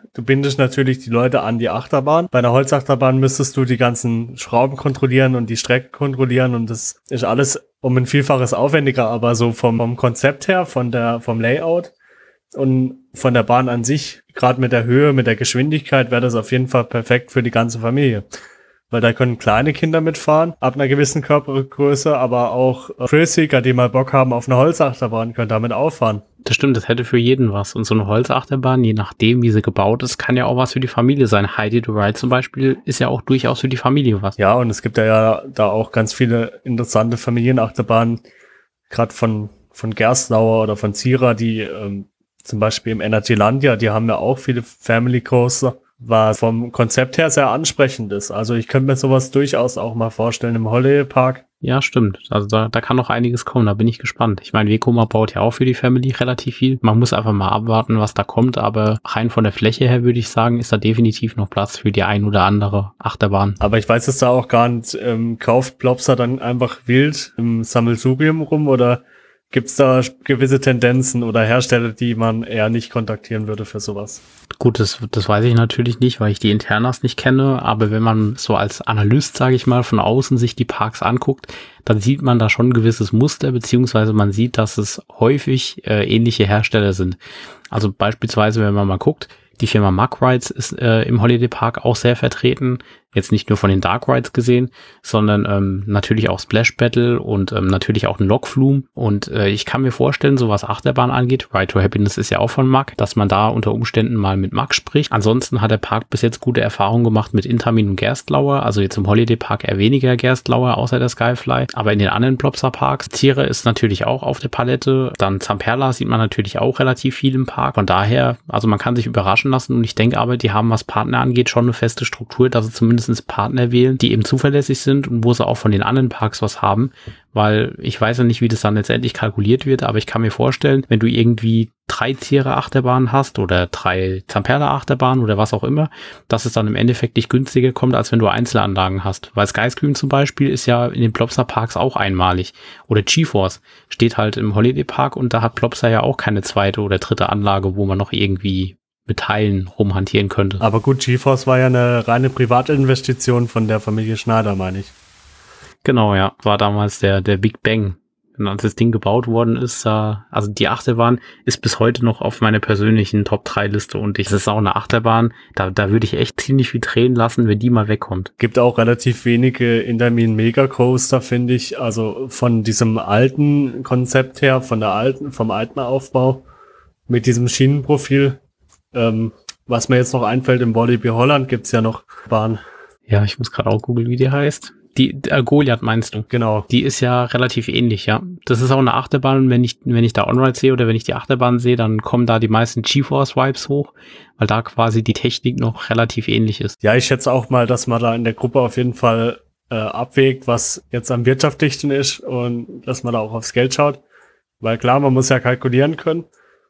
du bindest natürlich die Leute an die Achterbahn. Bei einer Holzachterbahn müsstest du die ganzen Schrauben kontrollieren und die Strecke kontrollieren und das ist alles um ein Vielfaches aufwendiger, aber so vom, vom Konzept her, von der, vom Layout und von der Bahn an sich, gerade mit der Höhe, mit der Geschwindigkeit, wäre das auf jeden Fall perfekt für die ganze Familie. Weil da können kleine Kinder mitfahren, ab einer gewissen Körpergröße, aber auch Thrill-Seeker, die mal Bock haben auf eine Holzachterbahn, können damit auffahren. Das stimmt, das hätte für jeden was. Und so eine Holzachterbahn, je nachdem, wie sie gebaut ist, kann ja auch was für die Familie sein. Heidi to Ride zum Beispiel ist ja auch durchaus für die Familie was. Ja, und es gibt ja, ja da auch ganz viele interessante Familienachterbahnen, gerade von, von Gerstlauer oder von Zierer, die ähm, zum Beispiel im Energylandia, die haben ja auch viele Family Coaster, was vom Konzept her sehr ansprechend ist. Also ich könnte mir sowas durchaus auch mal vorstellen im Holiday Park. Ja, stimmt. Also da, da kann noch einiges kommen, da bin ich gespannt. Ich meine, Vekoma baut ja auch für die Family relativ viel. Man muss einfach mal abwarten, was da kommt, aber rein von der Fläche her würde ich sagen, ist da definitiv noch Platz für die ein oder andere Achterbahn. Aber ich weiß jetzt da auch gar nicht, ähm, kauft Plopsa dann einfach wild im Sammelsurium rum oder gibt's da gewisse Tendenzen oder Hersteller, die man eher nicht kontaktieren würde für sowas? Gut, das, das weiß ich natürlich nicht, weil ich die Internas nicht kenne, aber wenn man so als Analyst, sage ich mal, von außen sich die Parks anguckt, dann sieht man da schon ein gewisses Muster, beziehungsweise man sieht, dass es häufig äh, ähnliche Hersteller sind. Also beispielsweise, wenn man mal guckt, die Firma Mack Rides ist äh, im Holiday Park auch sehr vertreten. Jetzt nicht nur von den Dark Rides gesehen, sondern ähm, natürlich auch Splash Battle und ähm, natürlich auch ein Log-Flume. Und äh, ich kann mir vorstellen, so was Achterbahn angeht, Ride to Happiness ist ja auch von Mack, dass man da unter Umständen mal mit Mack spricht. Ansonsten hat der Park bis jetzt gute Erfahrungen gemacht mit Intamin und Gerstlauer. Also jetzt im Holiday Park eher weniger Gerstlauer, außer der Skyfly. Aber in den anderen Plopsa Parks, Tiere ist natürlich auch auf der Palette. Dann Zamperla sieht man natürlich auch relativ viel im Park. Von daher, also man kann sich überraschen lassen. Und ich denke aber, die haben, was Partner angeht, schon eine feste Struktur, dass sie zumindest Partner wählen, die eben zuverlässig sind und wo sie auch von den anderen Parks was haben, weil ich weiß ja nicht, wie das dann letztendlich kalkuliert wird, aber ich kann mir vorstellen, wenn du irgendwie drei Tiere-Achterbahnen hast oder drei Zamperla-Achterbahnen oder was auch immer, dass es dann im Endeffekt nicht günstiger kommt, als wenn du Einzelanlagen hast, weil Skyscream zum Beispiel ist ja in den Plopsa Parks auch einmalig oder GeForce steht halt im Holiday Park und da hat Plopsa ja auch keine zweite oder dritte Anlage, wo man noch irgendwie mit Teilen rumhantieren könnte. Aber gut, GeForce war ja eine reine Privatinvestition von der Familie Schneider, meine ich. Genau, ja. War damals der der Big Bang. Und als das Ding gebaut worden ist, äh, also die Achterbahn ist bis heute noch auf meiner persönlichen Top drei Liste und ich, das ist auch eine Achterbahn, da da würde ich echt ziemlich viel tränen lassen, wenn die mal wegkommt. Gibt auch relativ wenige Intamin Mega Coaster, finde ich, also von diesem alten Konzept her, von der alten, vom alten Aufbau mit diesem Schienenprofil. Ähm, was mir jetzt noch einfällt, im Walibi Holland gibt's ja noch Bahn. Ja, ich muss gerade auch googeln, wie die heißt. Die äh, Goliath meinst du? Genau. Die ist ja relativ ähnlich, ja. Das ist auch eine Achterbahn, wenn ich wenn ich da On-Ride sehe oder wenn ich die Achterbahn sehe, dann kommen da die meisten GeForce-Vibes hoch, weil da quasi die Technik noch relativ ähnlich ist. Ja, ich schätze auch mal, dass man da in der Gruppe auf jeden Fall äh, abwägt, was jetzt am wirtschaftlichsten ist und dass man da auch aufs Geld schaut. Weil klar, man muss ja kalkulieren können.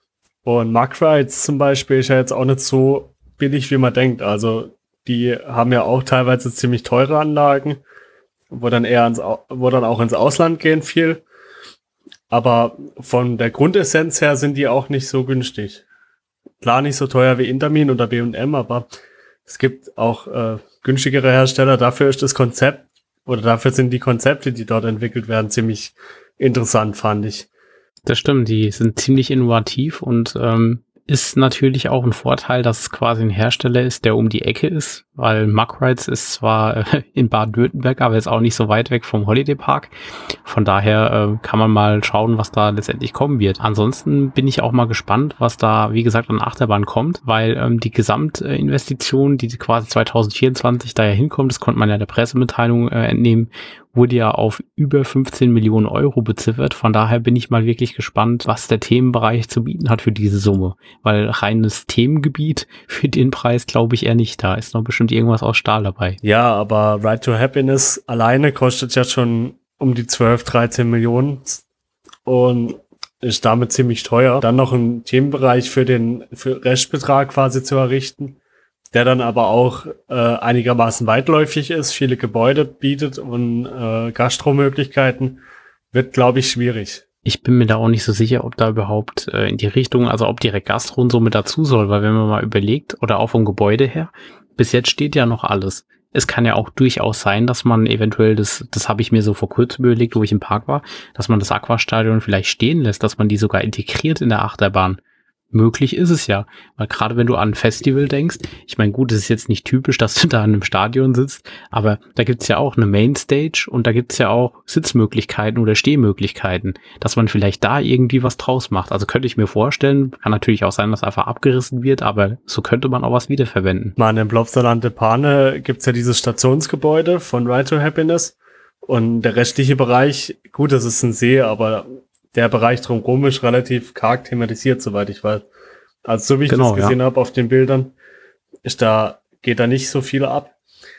Und Mack Rides zum Beispiel ist ja jetzt auch nicht so billig, wie man denkt. Also die haben ja auch teilweise ziemlich teure Anlagen, wo dann eher ins, wo dann auch ins Ausland gehen viel. Aber von der Grundessenz her sind die auch nicht so günstig. Klar nicht so teuer wie Intamin oder B und M, aber es gibt auch äh, günstigere Hersteller. Dafür ist das Konzept oder dafür sind die Konzepte, die dort entwickelt werden, ziemlich interessant, fand ich. Das stimmt, die sind ziemlich innovativ und ähm, ist natürlich auch ein Vorteil, dass es quasi ein Hersteller ist, der um die Ecke ist, weil Mack Rides ist zwar äh, in Baden-Württemberg, aber ist auch nicht so weit weg vom Holiday Park. Von daher äh, kann man mal schauen, was da letztendlich kommen wird. Ansonsten bin ich auch mal gespannt, was da, wie gesagt, an Achterbahn kommt, weil ähm, die Gesamtinvestition, die quasi zwanzig vierundzwanzig daher hinkommt, das konnte man ja der Pressemitteilung äh, entnehmen, wurde ja auf über fünfzehn Millionen Euro beziffert. Von daher bin ich mal wirklich gespannt, was der Themenbereich zu bieten hat für diese Summe. Weil reines Themengebiet für den Preis glaube ich eher nicht. Da ist noch bestimmt irgendwas aus Stahl dabei. Ja, aber Ride to Happiness alleine kostet ja schon um die zwölf, dreizehn Millionen und ist damit ziemlich teuer. Dann noch einen Themenbereich für den für Restbetrag quasi zu errichten, der dann aber auch äh, einigermaßen weitläufig ist, viele Gebäude bietet und äh, Gastromöglichkeiten, wird, glaube ich, schwierig. Ich bin mir da auch nicht so sicher, ob da überhaupt äh, in die Richtung, also ob direkt Gastro und so mit dazu soll, weil wenn man mal überlegt, oder auch vom Gebäude her, bis jetzt steht ja noch alles. Es kann ja auch durchaus sein, dass man eventuell, das das habe ich mir so vor kurzem überlegt, wo ich im Park war, dass man das Aquastadion vielleicht stehen lässt, dass man die sogar integriert in der Achterbahn. Möglich ist es ja, weil gerade wenn du an ein Festival denkst, ich meine, gut, es ist jetzt nicht typisch, dass du da in einem Stadion sitzt, aber da gibt's ja auch eine Mainstage und da gibt's ja auch Sitzmöglichkeiten oder Stehmöglichkeiten, dass man vielleicht da irgendwie was draus macht. Also könnte ich mir vorstellen, kann natürlich auch sein, dass einfach abgerissen wird, aber so könnte man auch was wiederverwenden. Mal in Plopsaland de Pane gibt's ja dieses Stationsgebäude von Ride to Happiness und der restliche Bereich, gut, das ist ein See, aber der Bereich drumherum ist relativ karg thematisiert, soweit ich weiß. Also so wie ich genau, das gesehen ja. habe auf den Bildern, ist da, geht da nicht so viel ab.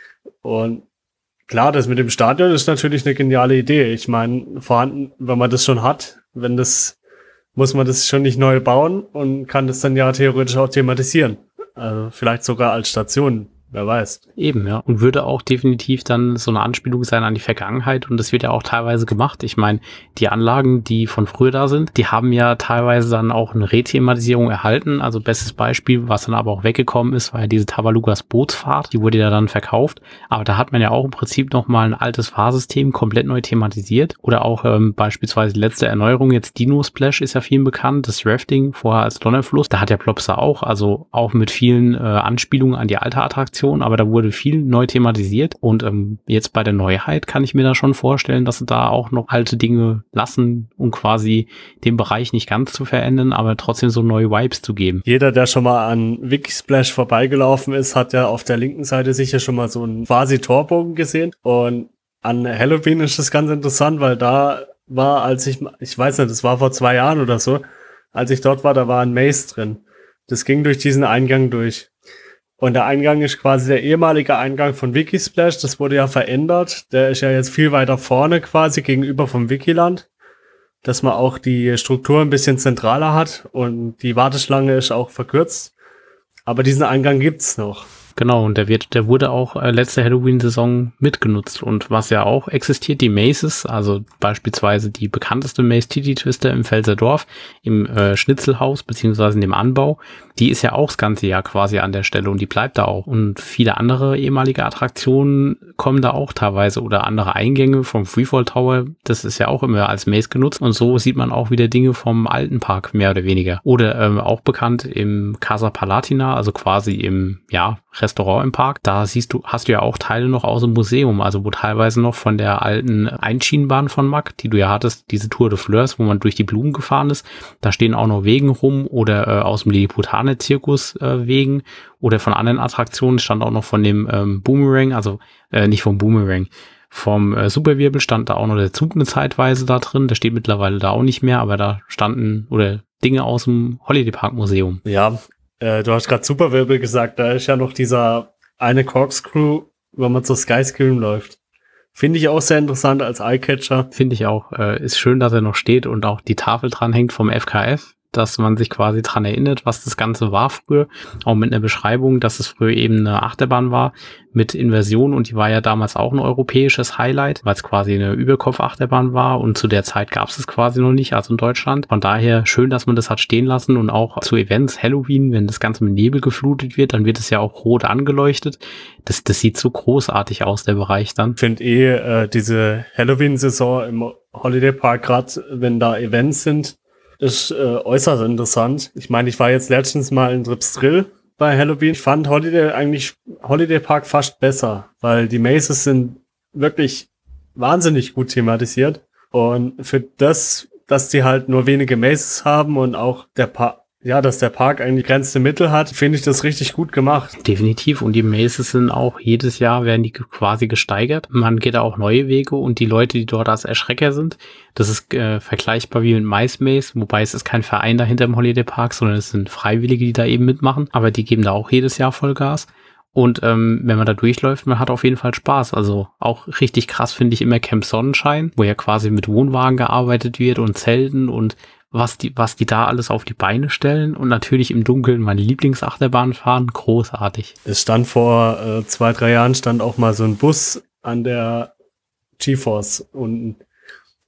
Und klar, das mit dem Stadion ist natürlich eine geniale Idee. Ich meine, vorhanden, wenn man das schon hat, wenn das, muss man das schon nicht neu bauen und kann das dann ja theoretisch auch thematisieren. Also vielleicht sogar als Station. Wer weiß. Eben, ja. Und würde auch definitiv dann so eine Anspielung sein an die Vergangenheit. Und das wird ja auch teilweise gemacht. Ich meine, die Anlagen, die von früher da sind, die haben ja teilweise dann auch eine Rethematisierung erhalten. Also bestes Beispiel, was dann aber auch weggekommen ist, war ja diese Tavalugas Bootsfahrt. Die wurde ja dann verkauft. Aber da hat man ja auch im Prinzip nochmal ein altes Fahrsystem komplett neu thematisiert. Oder auch ähm, beispielsweise die letzte Erneuerung, jetzt Dino Splash ist ja vielen bekannt. Das Rafting, vorher als Donnerfluss. Da hat ja Plopsa auch, also auch mit vielen äh, Anspielungen an die alte Attraktion. Aber da wurde viel neu thematisiert und ähm, jetzt bei der Neuheit kann ich mir da schon vorstellen, dass sie da auch noch alte Dinge lassen, um quasi den Bereich nicht ganz zu verändern, aber trotzdem so neue Vibes zu geben. Jeder, der schon mal an Wikisplash vorbeigelaufen ist, hat ja auf der linken Seite sicher schon mal so einen quasi Torbogen gesehen und an Halloween ist das ganz interessant, weil da war, als ich, ich weiß nicht, das war vor zwei Jahren oder so, als ich dort war, da war ein Maze drin. Das ging durch diesen Eingang durch. Und der Eingang ist quasi der ehemalige Eingang von Wikisplash. Das wurde ja verändert. Der ist ja jetzt viel weiter vorne quasi gegenüber vom Wikiland. Dass man auch die Struktur ein bisschen zentraler hat. Und die Warteschlange ist auch verkürzt. Aber diesen Eingang gibt's noch. Genau, und der wird, der wurde auch äh, letzte Halloween-Saison mitgenutzt. Und was ja auch existiert, die Mazes, also beispielsweise die bekannteste Maze Titty Twister im Pfälzer Dorf, im äh, Schnitzelhaus beziehungsweise in dem Anbau, die ist ja auch das ganze Jahr quasi an der Stelle und die bleibt da auch. Und viele andere ehemalige Attraktionen kommen da auch teilweise oder andere Eingänge vom Freefall Tower, das ist ja auch immer als Maze genutzt. Und so sieht man auch wieder Dinge vom alten Park, mehr oder weniger. Oder ähm, auch bekannt im Casa Palatina, also quasi im, ja, Restaurant im Park. Da siehst du, hast du ja auch Teile noch aus dem Museum, also wo teilweise noch von der alten Einschienenbahn von Mack, die du ja hattest, diese Tour de Fleurs, wo man durch die Blumen gefahren ist, da stehen auch noch Wegen rum oder äh, aus dem Lilliputaner-Zirkus äh, Wegen oder von anderen Attraktionen stand auch noch von dem ähm, Boomerang, also äh, nicht vom Boomerang, vom äh, Superwirbel stand da auch noch der Zug eine Zeitweise da drin, der steht mittlerweile da auch nicht mehr, aber da standen oder Dinge aus dem Holiday Park Museum. Ja, Äh, du hast gerade Superwirbel gesagt, da ist ja noch dieser eine Corkscrew, wenn man zur Sky Scream läuft. Finde ich auch sehr interessant als Eyecatcher. Finde ich auch. Äh, ist schön, dass er noch steht und auch die Tafel dran hängt vom F K F, dass man sich quasi dran erinnert, was das Ganze war früher. Auch mit einer Beschreibung, dass es früher eben eine Achterbahn war mit Inversion und die war ja damals auch ein europäisches Highlight, weil es quasi eine Überkopf-Achterbahn war und zu der Zeit gab es es quasi noch nicht, also in Deutschland. Von daher schön, dass man das hat stehen lassen und auch zu Events, Halloween, wenn das Ganze mit Nebel geflutet wird, dann wird es ja auch rot angeleuchtet. Das, das sieht so großartig aus, der Bereich dann. Ich finde eh äh, diese Halloween-Saison im Holiday Park, gerade wenn da Events sind, ist äh, äußerst interessant. Ich meine, ich war jetzt letztens mal in Tripsdrill bei Halloween. Ich fand Holiday eigentlich Holiday Park fast besser, weil die Mazes sind wirklich wahnsinnig gut thematisiert. Und für das, dass die halt nur wenige Mazes haben und auch der Park, ja, dass der Park eigentlich begrenzte Mittel hat, finde ich das richtig gut gemacht. Definitiv. Und die Mazes sind auch jedes Jahr werden die quasi gesteigert. Man geht da auch neue Wege und die Leute, die dort als Erschrecker sind, das ist äh, vergleichbar wie mit Mice Maze, wobei es ist kein Verein dahinter im Holiday Park, sondern es sind Freiwillige, die da eben mitmachen. Aber die geben da auch jedes Jahr Vollgas. Und ähm, wenn man da durchläuft, man hat auf jeden Fall Spaß. Also auch richtig krass finde ich immer Camp Sonnenschein, wo ja quasi mit Wohnwagen gearbeitet wird und Zelten und was die, was die da alles auf die Beine stellen und natürlich im Dunkeln meine Lieblingsachterbahn fahren, großartig. Es stand vor äh, zwei, drei Jahren stand auch mal so ein Bus an der GeForce und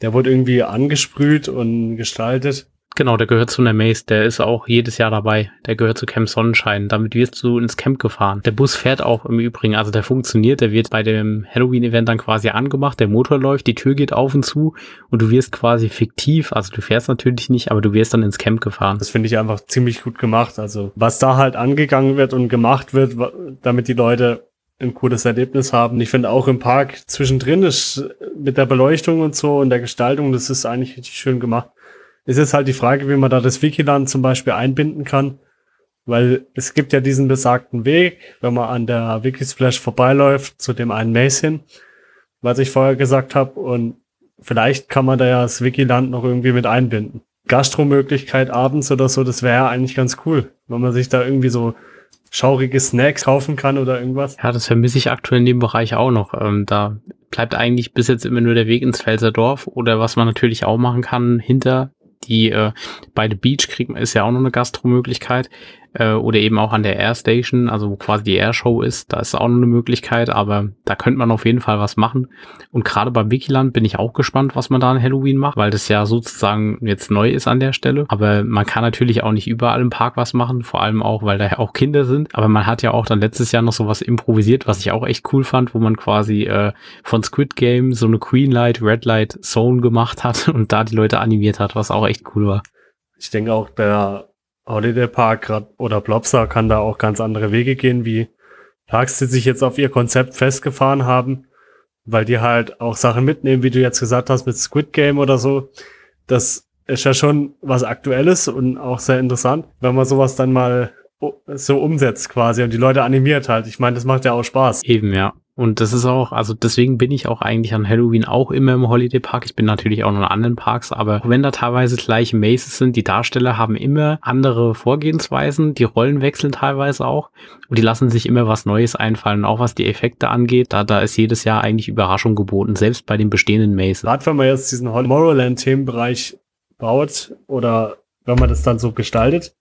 Der wurde irgendwie angesprüht und gestaltet. Genau, der gehört zu einer Maze, der ist auch jedes Jahr dabei. Der gehört zu Camp Sonnenschein. Damit wirst du ins Camp gefahren. Der Bus fährt auch im Übrigen, also der funktioniert, der wird bei dem Halloween-Event dann quasi angemacht, der Motor läuft, die Tür geht auf und zu und du wirst quasi fiktiv, also du fährst natürlich nicht, aber du wirst dann ins Camp gefahren. Das finde ich einfach ziemlich gut gemacht. Also was da halt angegangen wird und gemacht wird, damit die Leute ein cooles Erlebnis haben. Ich finde auch im Park zwischendrin ist mit der Beleuchtung und so und der Gestaltung, das ist eigentlich richtig schön gemacht. Es ist halt die Frage, wie man da das Wikiland zum Beispiel einbinden kann, weil es gibt ja diesen besagten Weg, wenn man an der Wikisplash vorbeiläuft, zu dem einen Maze hin, was ich vorher gesagt habe, und vielleicht kann man da ja das Wikiland noch irgendwie mit einbinden. Gastromöglichkeit abends oder so, das wäre ja eigentlich ganz cool, wenn man sich da irgendwie so schaurige Snacks kaufen kann oder irgendwas. Ja, das vermisse ich aktuell in dem Bereich auch noch. Ähm, da bleibt eigentlich bis jetzt immer nur der Weg ins Pfälzer Dorf oder was man natürlich auch machen kann, hinter die äh, bei The Beach kriegt man, ist ja auch noch eine Gastromöglichkeit, äh, oder eben auch an der Air Station, also wo quasi die Air Show ist, da ist auch noch eine Möglichkeit, aber da könnte man auf jeden Fall was machen. Und gerade beim Wikiland bin ich auch gespannt, was man da an Halloween macht, weil das ja sozusagen jetzt neu ist an der Stelle. Aber man kann natürlich auch nicht überall im Park was machen, vor allem auch, weil da ja auch Kinder sind. Aber man hat ja auch dann letztes Jahr noch sowas improvisiert, was ich auch echt cool fand, wo man quasi äh, von Squid Game so eine Green Light, Red Light Zone gemacht hat und da die Leute animiert hat, was auch echt cool war. Ich denke auch, der Holiday Park grad, oder Blobster kann da auch ganz andere Wege gehen, wie Parks, die sich jetzt auf ihr Konzept festgefahren haben, weil die halt auch Sachen mitnehmen, wie du jetzt gesagt hast, mit Squid Game oder so. Das ist ja schon was Aktuelles und auch sehr interessant, wenn man sowas dann mal so umsetzt quasi und die Leute animiert halt. Ich meine, das macht ja auch Spaß. Eben, ja. Und das ist auch, also deswegen bin ich auch eigentlich an Halloween auch immer im Holiday Park. Ich bin natürlich auch noch in anderen Parks, aber wenn da teilweise gleiche Mazes sind, die Darsteller haben immer andere Vorgehensweisen, die Rollen wechseln teilweise auch und die lassen sich immer was Neues einfallen, auch was die Effekte angeht. Da, da ist jedes Jahr eigentlich Überraschung geboten, selbst bei den bestehenden Mazes. Gerade wenn man jetzt diesen Tomorrowland-Themenbereich baut oder wenn man das dann so gestaltet,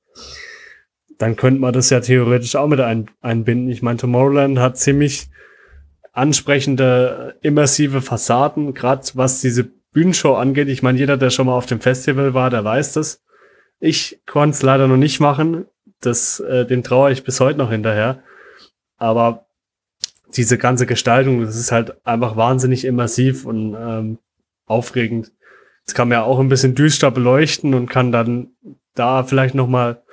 dann könnte man das ja theoretisch auch mit ein, einbinden. Ich meine, Tomorrowland hat ziemlich ansprechende, immersive Fassaden, gerade was diese Bühnenshow angeht. Ich meine, jeder, der schon mal auf dem Festival war, der weiß das. Ich konnte es leider noch nicht machen. Das, äh, dem trauere ich bis heute noch hinterher. Aber diese ganze Gestaltung, das ist halt einfach wahnsinnig immersiv und ähm, aufregend. Das kann man ja auch ein bisschen düster beleuchten und kann dann da vielleicht noch mal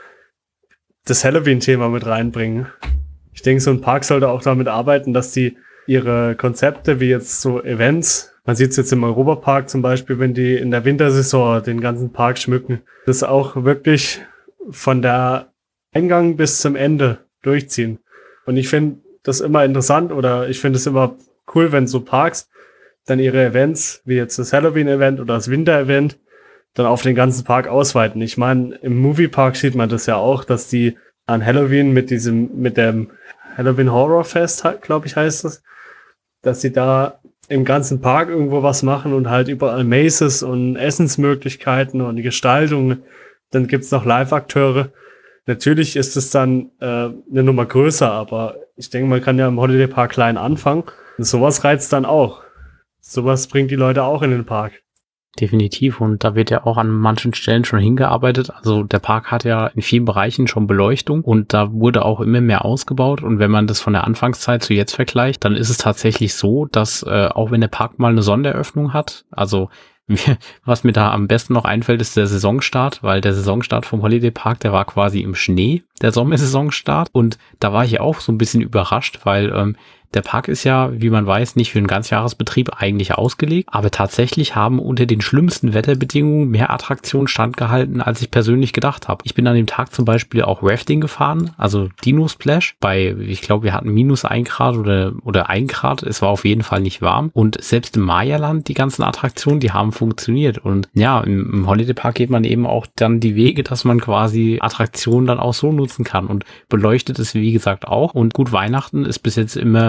das Halloween-Thema mit reinbringen. Ich denke, so ein Park sollte auch damit arbeiten, dass die ihre Konzepte, wie jetzt so Events, man sieht es jetzt im Europapark zum Beispiel, wenn die in der Wintersaison den ganzen Park schmücken, das auch wirklich von der Eingang bis zum Ende durchziehen. Und ich finde das immer interessant oder ich finde es immer cool, wenn so Parks dann ihre Events, wie jetzt das Halloween-Event oder das Winter-Event, dann auf den ganzen Park ausweiten. Ich meine, im Moviepark sieht man das ja auch, dass die an Halloween mit diesem, mit dem Halloween Horror Fest, glaube ich, heißt es, dass sie da im ganzen Park irgendwo was machen und halt überall Mazes und Essensmöglichkeiten und die Gestaltung. Dann gibt's noch Live-Akteure. Natürlich ist es dann äh, eine Nummer größer, aber ich denke, man kann ja im Holiday Park klein anfangen. Und sowas reizt dann auch. Sowas bringt die Leute auch in den Park. Definitiv, und da wird ja auch an manchen Stellen schon hingearbeitet. Also der Park hat ja in vielen Bereichen schon Beleuchtung und da wurde auch immer mehr ausgebaut, und wenn man das von der Anfangszeit zu jetzt vergleicht, dann ist es tatsächlich so, dass äh, auch wenn der Park mal eine Sonderöffnung hat, also was mir da am besten noch einfällt, ist der Saisonstart, weil der Saisonstart vom Holiday Park, der war quasi im Schnee, der Sommersaisonstart, und da war ich auch so ein bisschen überrascht, weil ähm, der Park ist ja, wie man weiß, nicht für einen Ganzjahresbetrieb eigentlich ausgelegt, aber tatsächlich haben unter den schlimmsten Wetterbedingungen mehr Attraktionen standgehalten, als ich persönlich gedacht habe. Ich bin an dem Tag zum Beispiel auch Rafting gefahren, also Dino Splash, bei, ich glaube, wir hatten minus ein Grad oder, oder ein Grad, es war auf jeden Fall nicht warm, und selbst im Maya-Land, die ganzen Attraktionen, die haben funktioniert, und ja, im, im Holiday Park geht man eben auch dann die Wege, dass man quasi Attraktionen dann auch so nutzen kann, und beleuchtet es, wie gesagt, auch, und gut, Weihnachten ist bis jetzt immer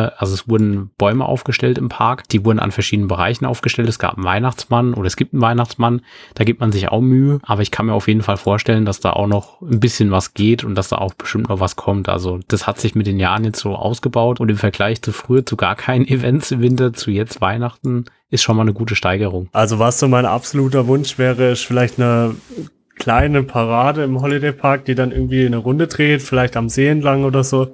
viele, also es wurden Bäume aufgestellt im Park, die wurden an verschiedenen Bereichen aufgestellt. Es gab einen Weihnachtsmann oder es gibt einen Weihnachtsmann, da gibt man sich auch Mühe, aber ich kann mir auf jeden Fall vorstellen, dass da auch noch ein bisschen was geht und dass da auch bestimmt noch was kommt. Also das hat sich mit den Jahren jetzt so ausgebaut und im Vergleich zu früher zu gar keinen Events im Winter, zu jetzt Weihnachten, ist schon mal eine gute Steigerung. Also was so mein absoluter Wunsch wäre, ist vielleicht eine kleine Parade im Holiday Park, die dann irgendwie eine Runde dreht, vielleicht am See entlang oder so,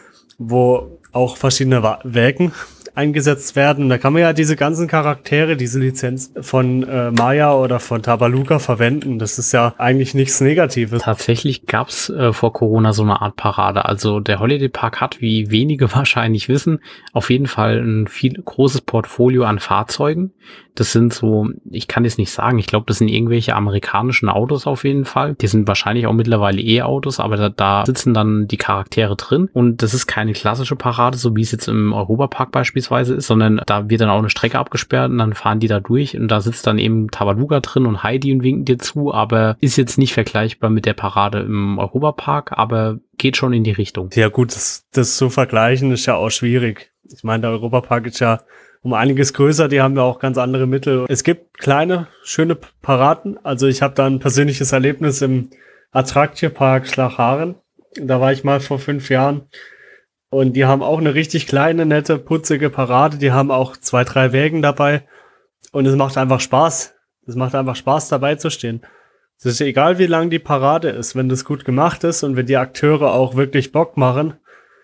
wo auch verschiedene Wägen eingesetzt werden. Da kann man ja diese ganzen Charaktere, diese Lizenz von äh, Maya oder von Tabaluga verwenden. Das ist ja eigentlich nichts Negatives. Tatsächlich gab's äh, vor Corona so eine Art Parade. Also der Holiday Park hat, wie wenige wahrscheinlich wissen, auf jeden Fall ein viel großes Portfolio an Fahrzeugen. Das sind so, ich kann es nicht sagen, ich glaube, das sind irgendwelche amerikanischen Autos auf jeden Fall. Die sind wahrscheinlich auch mittlerweile E-Autos, aber da, da sitzen dann die Charaktere drin. Und das ist keine klassische Parade, so wie es jetzt im Europapark beispielsweise ist, sondern da wird dann auch eine Strecke abgesperrt und dann fahren die da durch und da sitzt dann eben Tabaluga drin und Heidi und winken dir zu, aber ist jetzt nicht vergleichbar mit der Parade im Europapark, aber geht schon in die Richtung. Ja gut, das, das zu vergleichen ist ja auch schwierig. Ich meine, der Europapark ist ja um einiges größer, die haben ja auch ganz andere Mittel. Es gibt kleine, schöne Paraden. Also ich habe da ein persönliches Erlebnis im Attraktierpark Schlagharen. Da war ich mal vor fünf Jahren. Und die haben auch eine richtig kleine, nette, putzige Parade. Die haben auch zwei, drei Wägen dabei. Und es macht einfach Spaß. Es macht einfach Spaß, dabei zu stehen. Es ist egal, wie lang die Parade ist, wenn das gut gemacht ist und wenn die Akteure auch wirklich Bock machen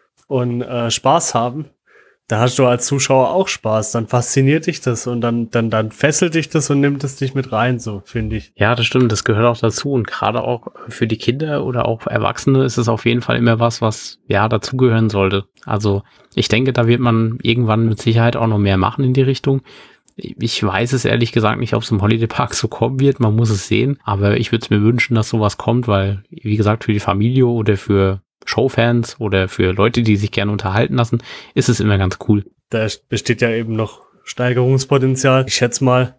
und äh, Spaß haben, da hast du als Zuschauer auch Spaß, dann fasziniert dich das und dann, dann, dann fesselt dich das und nimmt es dich mit rein, so finde ich. Ja, das stimmt, das gehört auch dazu und gerade auch für die Kinder oder auch Erwachsene ist es auf jeden Fall immer was, was ja dazugehören sollte. Also ich denke, da wird man irgendwann mit Sicherheit auch noch mehr machen in die Richtung. Ich weiß es ehrlich gesagt nicht, ob es im Holiday Park so kommen wird, man muss es sehen, aber ich würde es mir wünschen, dass sowas kommt, weil, wie gesagt, für die Familie oder für Showfans oder für Leute, die sich gerne unterhalten lassen, ist es immer ganz cool. Da besteht ja eben noch Steigerungspotenzial. Ich schätze mal,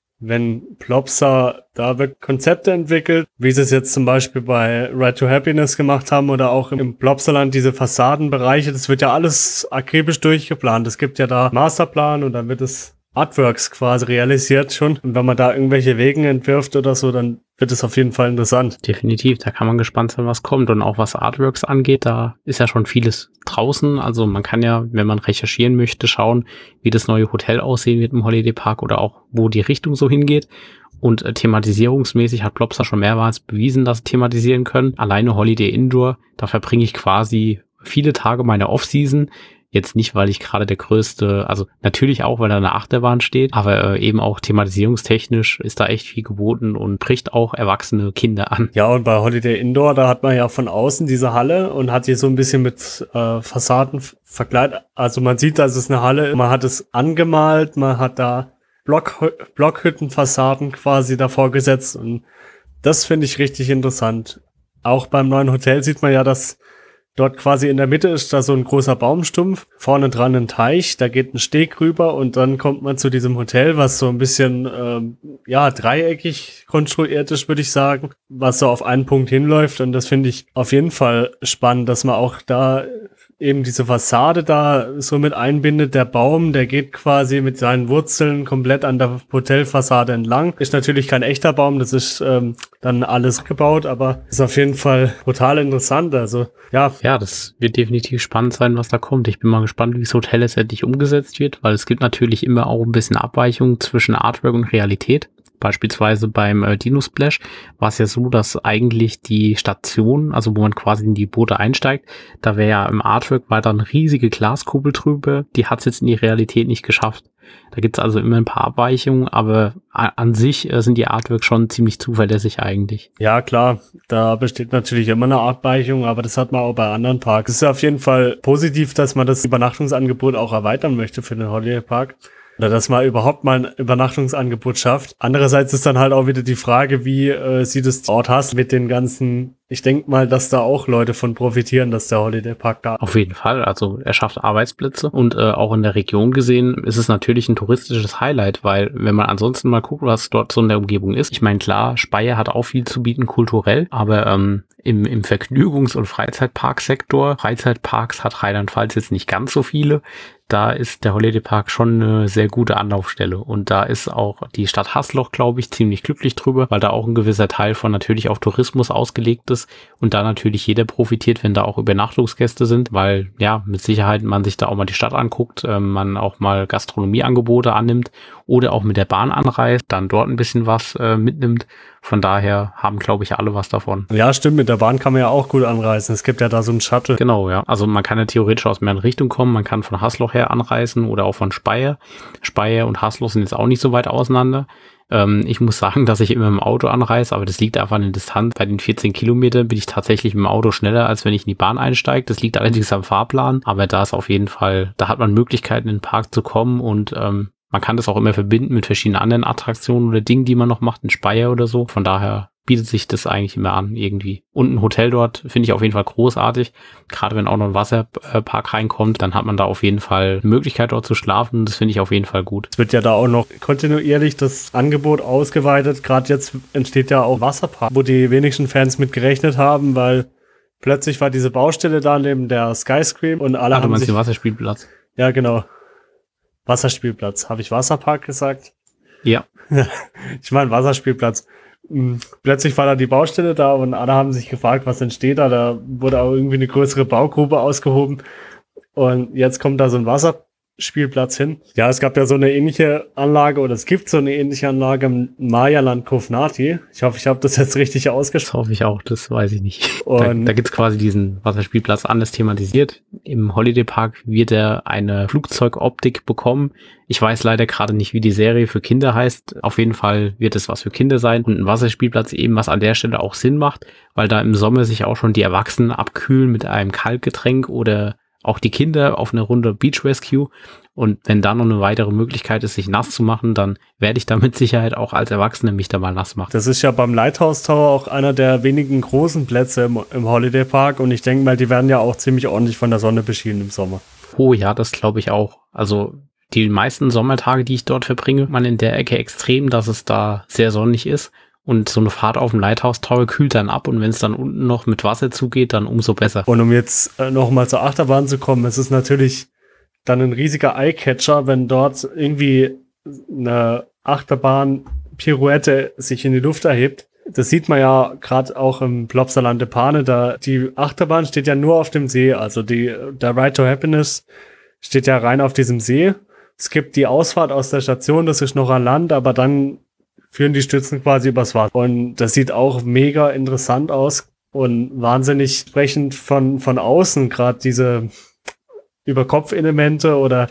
wenn Plopsa da wird Konzepte entwickelt, wie sie es jetzt zum Beispiel bei Ride to Happiness gemacht haben oder auch im Plopsaland diese Fassadenbereiche, das wird ja alles akribisch durchgeplant. Es gibt ja da Masterplan und dann wird es Artworks quasi realisiert schon. Und wenn man da irgendwelche Wegen entwirft oder so, dann wird es auf jeden Fall interessant. Definitiv, da kann man gespannt sein, was kommt. Und auch was Artworks angeht, da ist ja schon vieles draußen. Also man kann ja, wenn man recherchieren möchte, schauen, wie das neue Hotel aussehen wird im Holiday Park oder auch, wo die Richtung so hingeht. Und äh, thematisierungsmäßig hat Plopsa schon mehrmals bewiesen, dass sie thematisieren können. Alleine Holiday Indoor, da verbringe ich quasi viele Tage meiner Off-Season. Jetzt nicht, weil ich gerade der größte, also natürlich auch, weil da eine Achterbahn steht, aber äh, eben auch thematisierungstechnisch ist da echt viel geboten und bricht auch erwachsene Kinder an. Ja, und bei Holiday Indoor, da hat man ja von außen diese Halle und hat die so ein bisschen mit äh, Fassaden verkleidet. Also man sieht, dass es eine Halle ist. Man hat es angemalt, man hat da Block, Blockhüttenfassaden quasi davor gesetzt und das finde ich richtig interessant. Auch beim neuen Hotel sieht man ja, dass dort quasi in der Mitte ist da so ein großer Baumstumpf, vorne dran ein Teich, da geht ein Steg rüber und dann kommt man zu diesem Hotel, was so ein bisschen, ähm, ja, dreieckig konstruiert ist, würde ich sagen, was so auf einen Punkt hinläuft und das finde ich auf jeden Fall spannend, dass man auch da eben diese Fassade da so mit einbindet. Der Baum, der geht quasi mit seinen Wurzeln komplett an der Hotelfassade entlang. Ist natürlich kein echter Baum, das ist ähm, dann alles gebaut, aber ist auf jeden Fall total interessant. Also ja. Ja, das wird definitiv spannend sein, was da kommt. Ich bin mal gespannt, wie das Hotel letztendlich umgesetzt wird, weil es gibt natürlich immer auch ein bisschen Abweichung zwischen Artwork und Realität. Beispielsweise beim äh, Dino Splash war es ja so, dass eigentlich die Station, also wo man quasi in die Boote einsteigt, da wäre ja im Artwork weiter eine riesige Glaskuppel drüber, die hat es jetzt in die Realität nicht geschafft. Da gibt es also immer ein paar Abweichungen, aber an sich äh, sind die Artworks schon ziemlich zuverlässig eigentlich. Ja, klar, da besteht natürlich immer eine Abweichung, aber das hat man auch bei anderen Parks. Es ist auf jeden Fall positiv, dass man das Übernachtungsangebot auch erweitern möchte für den Holiday Park. Oder dass man überhaupt mal ein Übernachtungsangebot schafft. Andererseits ist dann halt auch wieder die Frage, wie äh, sieht es der Ort hast mit den ganzen, ich denke mal, dass da auch Leute von profitieren, dass der Holiday Park da. Auf jeden Fall, also er schafft Arbeitsplätze und äh, auch in der Region gesehen ist es natürlich ein touristisches Highlight, weil wenn man ansonsten mal guckt, was dort so in der Umgebung ist. Ich meine, klar, Speyer hat auch viel zu bieten kulturell, aber ähm, im, im Vergnügungs- und Freizeitparksektor, Freizeitparks hat Rheinland-Pfalz jetzt nicht ganz so viele. da ist der Holiday Park schon eine sehr gute Anlaufstelle. Und da ist auch die Stadt Hasloch, glaube ich, ziemlich glücklich drüber, weil da auch ein gewisser Teil von natürlich auf Tourismus ausgelegt ist und da natürlich jeder profitiert, wenn da auch Übernachtungsgäste sind, weil ja, mit Sicherheit man sich da auch mal die Stadt anguckt, äh, man auch mal Gastronomieangebote annimmt oder auch mit der Bahn anreist, dann dort ein bisschen was äh, mitnimmt. Von daher haben, glaube ich, alle was davon. Ja, stimmt, mit der Bahn kann man ja auch gut anreisen. Es gibt ja da so einen Shuttle. Genau, ja. Also man kann ja theoretisch aus mehreren Richtungen kommen. Man kann von Hasloch her anreisen oder auch von Speyer. Speyer und Hasloch sind jetzt auch nicht so weit auseinander. Ähm, ich muss sagen, dass ich immer im Auto anreise, aber das liegt einfach an der Distanz. Bei den vierzehn Kilometern bin ich tatsächlich mit dem Auto schneller, als wenn ich in die Bahn einsteige. Das liegt allerdings am Fahrplan. Aber da ist auf jeden Fall, da hat man Möglichkeiten, in den Park zu kommen und ähm, man kann das auch immer verbinden mit verschiedenen anderen Attraktionen oder Dingen, die man noch macht, in Speyer oder so. Von daher bietet sich das eigentlich immer an irgendwie. Und ein Hotel dort finde ich auf jeden Fall großartig. Gerade wenn auch noch ein Wasserpark reinkommt, dann hat man da auf jeden Fall eine Möglichkeit dort zu schlafen. Das finde ich auf jeden Fall gut. Es wird ja da auch noch kontinuierlich das Angebot ausgeweitet. Gerade jetzt entsteht ja auch Wasserpark, wo die wenigsten Fans mit gerechnet haben, weil plötzlich war diese Baustelle da neben der Skyscream und alle ah, du haben meinst sich... den Wasserspielplatz? Ja, genau. Wasserspielplatz. Habe ich Wasserpark gesagt? Ja. Ich meine Wasserspielplatz. Plötzlich war da die Baustelle da und alle haben sich gefragt, was entsteht da. Da wurde auch irgendwie eine größere Baugrube ausgehoben. Und jetzt kommt da so ein Wasserspielplatz hin. Ja, es gab ja so eine ähnliche Anlage oder es gibt so eine ähnliche Anlage im Mayaland Kovnati. Ich hoffe, ich habe das jetzt richtig ausgesprochen. Das hoffe ich auch, das weiß ich nicht. Und da da gibt es quasi diesen Wasserspielplatz anders thematisiert. Im Holiday Park wird er eine Flugzeugoptik bekommen. Ich weiß leider gerade nicht, wie die Serie für Kinder heißt. Auf jeden Fall wird es was für Kinder sein und ein Wasserspielplatz eben, was an der Stelle auch Sinn macht, weil da im Sommer sich auch schon die Erwachsenen abkühlen mit einem Kaltgetränk oder auch die Kinder auf eine Runde Beach Rescue. Und wenn da noch eine weitere Möglichkeit ist, sich nass zu machen, dann werde ich da mit Sicherheit auch als Erwachsene mich da mal nass machen. Das ist ja beim Lighthouse Tower auch einer der wenigen großen Plätze im, im Holiday Park und ich denke mal, die werden ja auch ziemlich ordentlich von der Sonne beschienen im Sommer. Oh ja, das glaube ich auch. Also die meisten Sommertage, die ich dort verbringe, man in der Ecke extrem, dass es da sehr sonnig ist. Und so eine Fahrt auf dem Lighthouse Tower kühlt dann ab und wenn es dann unten noch mit Wasser zugeht, dann umso besser. Und um jetzt äh, noch mal zur Achterbahn zu kommen, es ist natürlich dann ein riesiger Eyecatcher, wenn dort irgendwie eine Achterbahn-Pirouette sich in die Luft erhebt. Das sieht man ja gerade auch im Plopsaland de Pane, da die Achterbahn steht ja nur auf dem See, also die der Ride to Happiness steht ja rein auf diesem See. Es gibt die Ausfahrt aus der Station, das ist noch an Land, aber dann führen die Stützen quasi übers Wasser. Und das sieht auch mega interessant aus und wahnsinnig sprechend von, von außen, gerade diese Überkopfelemente oder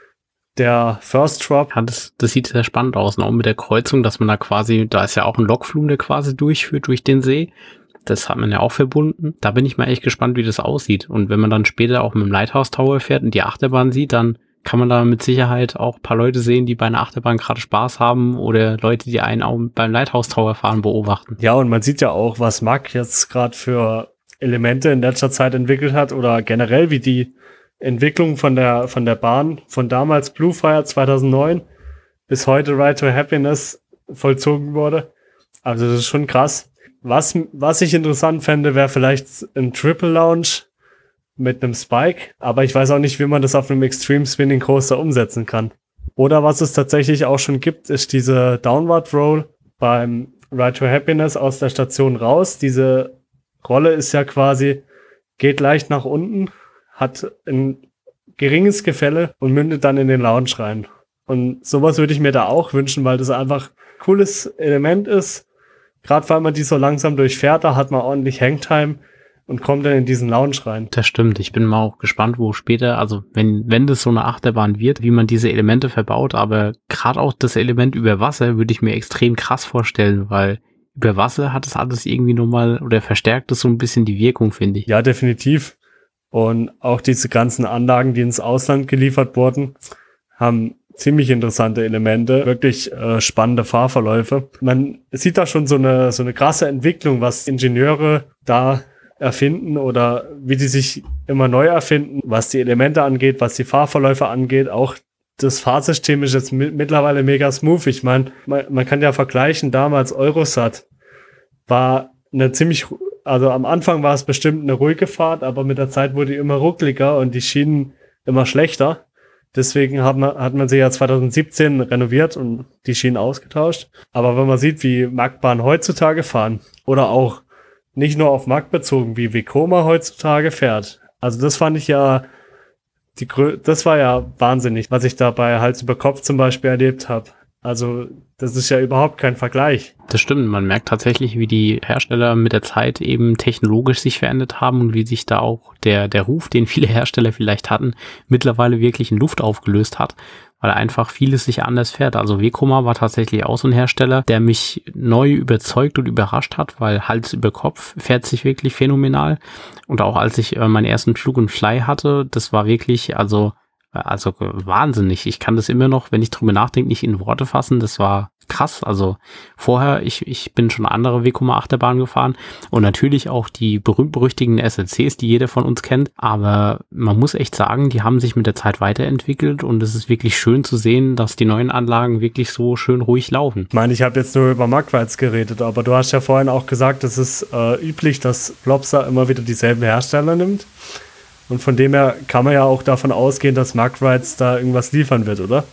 der First Drop. Ja, das, das sieht sehr spannend aus, ne? Auch mit der Kreuzung, dass man da quasi, da ist ja auch ein Lokflug, der quasi durchführt durch den See. Das hat man ja auch verbunden. Da bin ich mal echt gespannt, wie das aussieht. Und wenn man dann später auch mit dem Lighthouse Tower fährt und die Achterbahn sieht, dann kann man da mit Sicherheit auch ein paar Leute sehen, die bei einer Achterbahn gerade Spaß haben oder Leute, die einen auch beim Lighthouse Tower fahren, beobachten. Ja, und man sieht ja auch, was Mack jetzt gerade für Elemente in letzter Zeit entwickelt hat oder generell, wie die Entwicklung von der von der Bahn von damals Bluefire zweitausendneun bis heute Ride to Happiness vollzogen wurde. Also das ist schon krass. Was, was ich interessant fände, wäre vielleicht ein Triple Lounge mit einem Spike, aber ich weiß auch nicht, wie man das auf einem Extreme Spinning Coaster umsetzen kann. Oder was es tatsächlich auch schon gibt, ist diese Downward Roll beim Ride to Happiness aus der Station raus. Diese Rolle ist ja quasi, geht leicht nach unten, hat ein geringes Gefälle und mündet dann in den Lounge rein. Und sowas würde ich mir da auch wünschen, weil das einfach ein cooles Element ist. Gerade weil man die so langsam durchfährt, da hat man ordentlich Hangtime und kommt dann in diesen Lounge rein. Das stimmt. Ich bin mal auch gespannt, wo später, also wenn wenn das so eine Achterbahn wird, wie man diese Elemente verbaut. Aber gerade auch das Element über Wasser würde ich mir extrem krass vorstellen, weil über Wasser hat es alles irgendwie nochmal oder verstärkt es so ein bisschen die Wirkung, finde ich. Ja, definitiv. Und auch diese ganzen Anlagen, die ins Ausland geliefert wurden, haben ziemlich interessante Elemente, wirklich äh, spannende Fahrverläufe. Man sieht da schon so eine so eine krasse Entwicklung, was Ingenieure da erfinden oder wie die sich immer neu erfinden, was die Elemente angeht, was die Fahrverläufe angeht. Auch das Fahrsystem ist jetzt mi- mittlerweile mega smooth. Ich meine, man, man kann ja vergleichen, damals Eurosat war eine ziemlich, also am Anfang war es bestimmt eine ruhige Fahrt, aber mit der Zeit wurde die immer ruckliger und die Schienen immer schlechter. Deswegen hat man, hat man sie ja zwanzig siebzehn renoviert und die Schienen ausgetauscht. Aber wenn man sieht, wie Marktbahnen heutzutage fahren oder auch nicht nur auf Markt bezogen, wie Vekoma heutzutage fährt. Also das fand ich ja, die Grö- das war ja wahnsinnig, was ich da bei Hals über Kopf zum Beispiel erlebt habe. Also das ist ja überhaupt kein Vergleich. Das stimmt, man merkt tatsächlich, wie die Hersteller mit der Zeit eben technologisch sich verändert haben und wie sich da auch der der Ruf, den viele Hersteller vielleicht hatten, mittlerweile wirklich in Luft aufgelöst hat, weil einfach vieles sich anders fährt. Also Vekoma war tatsächlich auch so ein Hersteller, der mich neu überzeugt und überrascht hat, weil Hals über Kopf fährt sich wirklich phänomenal. Und auch als ich äh, meinen ersten Plug and Fly hatte, das war wirklich, also Also wahnsinnig. Ich kann das immer noch, wenn ich drüber nachdenke, nicht in Worte fassen. Das war krass. Also vorher, ich ich bin schon andere Vekoma Achterbahnen gefahren und natürlich auch die berühmt-berüchtigten S L Cs, die jeder von uns kennt. Aber man muss echt sagen, die haben sich mit der Zeit weiterentwickelt und es ist wirklich schön zu sehen, dass die neuen Anlagen wirklich so schön ruhig laufen. Ich meine, ich habe jetzt nur über Marktwärts geredet, aber du hast ja vorhin auch gesagt, es ist äh, üblich, dass Plopsa immer wieder dieselben Hersteller nimmt. Und von dem her kann man ja auch davon ausgehen, dass Marktwärts da irgendwas liefern wird, oder?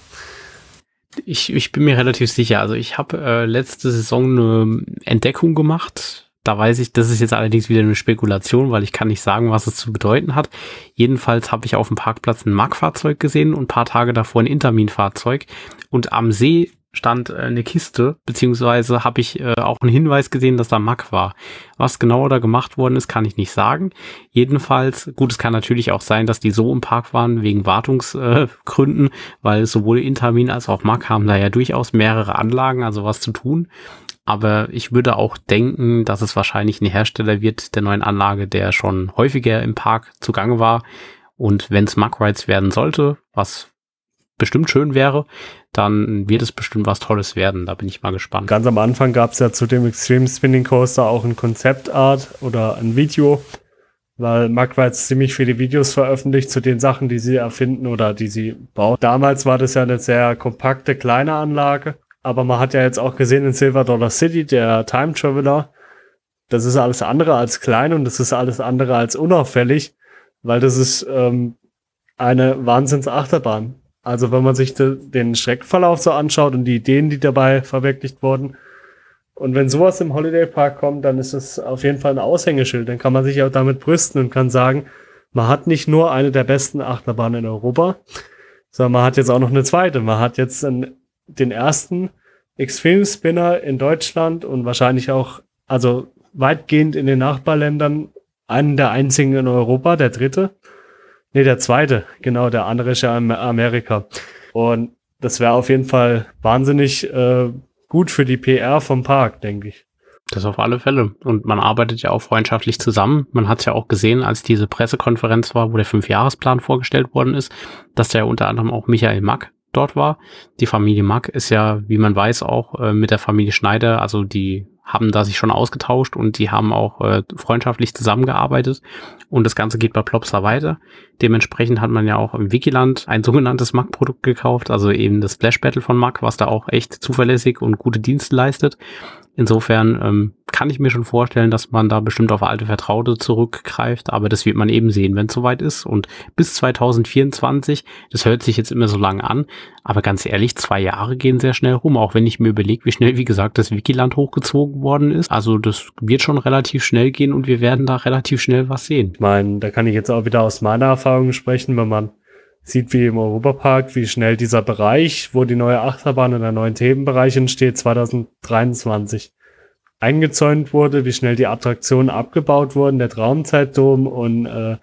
Ich, ich bin mir relativ sicher. Also ich habe äh, letzte Saison eine Entdeckung gemacht. Da weiß ich, das ist jetzt allerdings wieder eine Spekulation, weil ich kann nicht sagen, was es zu bedeuten hat. Jedenfalls habe ich auf dem Parkplatz ein Mark-Fahrzeug gesehen und ein paar Tage davor ein Intermin-Fahrzeug. Und am See stand äh, eine Kiste, beziehungsweise habe ich äh, auch einen Hinweis gesehen, dass da Mack war. Was genau da gemacht worden ist, kann ich nicht sagen. Jedenfalls, gut, es kann natürlich auch sein, dass die so im Park waren, wegen Wartungsgründen, äh, weil sowohl Intermin als auch Mack haben da ja durchaus mehrere Anlagen, also was zu tun. Aber ich würde auch denken, dass es wahrscheinlich ein Hersteller wird der neuen Anlage, der schon häufiger im Park zugange war. Und wenn es Mack Rides werden sollte, was bestimmt schön wäre, dann wird es bestimmt was Tolles werden. Da bin ich mal gespannt. Ganz am Anfang gab es ja zu dem Extreme Spinning Coaster auch ein Konzeptart oder ein Video, weil Marktwärts ziemlich viele Videos veröffentlicht zu den Sachen, die sie erfinden oder die sie bauen. Damals war das ja eine sehr kompakte, kleine Anlage, aber man hat ja jetzt auch gesehen in Silver Dollar City, der Time Traveler, das ist alles andere als klein und das ist alles andere als unauffällig, weil das ist ähm, eine Wahnsinns-Achterbahn. Also wenn man sich de, den Streckenverlauf so anschaut und die Ideen, die dabei verwirklicht wurden. Und wenn sowas im Holiday Park kommt, dann ist es auf jeden Fall ein Aushängeschild. Dann kann man sich auch damit brüsten und kann sagen, man hat nicht nur eine der besten Achterbahnen in Europa, sondern man hat jetzt auch noch eine zweite. Man hat jetzt einen, den ersten Extreme Spinner in Deutschland und wahrscheinlich auch, also weitgehend in den Nachbarländern, einen der einzigen in Europa, der dritte. Nee, der zweite, genau, der andere ist ja in Amerika. Und das wäre auf jeden Fall wahnsinnig äh, gut für die P R vom Park, denke ich. Das auf alle Fälle. Und man arbeitet ja auch freundschaftlich zusammen. Man hat es ja auch gesehen, als diese Pressekonferenz war, wo der Fünfjahresplan vorgestellt worden ist, dass der unter anderem auch Michael Mack dort war. Die Familie Mack ist ja, wie man weiß, auch äh, mit der Familie Schneider, also die haben da sich schon ausgetauscht und die haben auch äh, freundschaftlich zusammengearbeitet und das Ganze geht bei Plopsa weiter. Dementsprechend hat man ja auch im Wikiland ein sogenanntes Mack-Produkt gekauft, also eben das Splash Battle von Mack, was da auch echt zuverlässig und gute Dienste leistet. Insofern ähm, kann ich mir schon vorstellen, dass man da bestimmt auf alte Vertraute zurückgreift, aber das wird man eben sehen, wenn es soweit ist. Und bis zwanzig vierundzwanzig, das hört sich jetzt immer so lange an, aber ganz ehrlich, zwei Jahre gehen sehr schnell rum, auch wenn ich mir überlege, wie schnell, wie gesagt, das Wikiland hochgezogen worden ist. Also das wird schon relativ schnell gehen und wir werden da relativ schnell was sehen. Ich meine, da kann ich jetzt auch wieder aus meiner Erfahrung sprechen, wenn man sieht, wie im Europapark, wie schnell dieser Bereich, wo die neue Achterbahn in der neuen Themenbereich entsteht, zwanzig dreiundzwanzig eingezäunt wurde, wie schnell die Attraktionen abgebaut wurden, der Traumzeitdom und äh,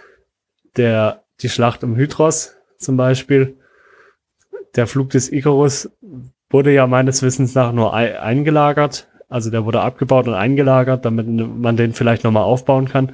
der die Schlacht um Hydros zum Beispiel. Der Flug des Icarus wurde ja meines Wissens nach nur ei- eingelagert, also der wurde abgebaut und eingelagert, damit man den vielleicht nochmal aufbauen kann.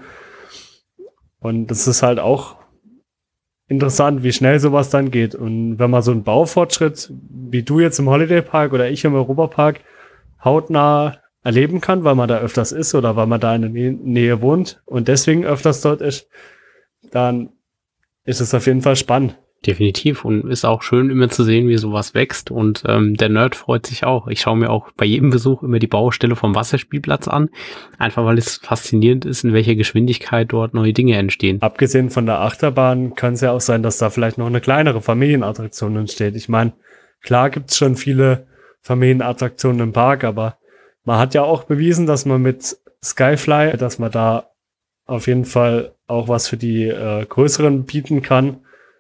Und das ist halt auch interessant, wie schnell sowas dann geht. Und wenn man so einen Baufortschritt, wie du jetzt im Holiday Park oder ich im Europapark, hautnah erleben kann, weil man da öfters ist oder weil man da in der Nähe wohnt und deswegen öfters dort ist, dann ist es auf jeden Fall spannend. Definitiv, und ist auch schön immer zu sehen, wie sowas wächst, und ähm, der Nerd freut sich auch. Ich schaue mir auch bei jedem Besuch immer die Baustelle vom Wasserspielplatz an, einfach weil es faszinierend ist, in welcher Geschwindigkeit dort neue Dinge entstehen. Abgesehen von der Achterbahn kann es ja auch sein, dass da vielleicht noch eine kleinere Familienattraktion entsteht. Ich meine, klar gibt's schon viele Familienattraktionen im Park, aber man hat ja auch bewiesen, dass man mit Skyfly, dass man da auf jeden Fall auch was für die äh, größeren bieten kann.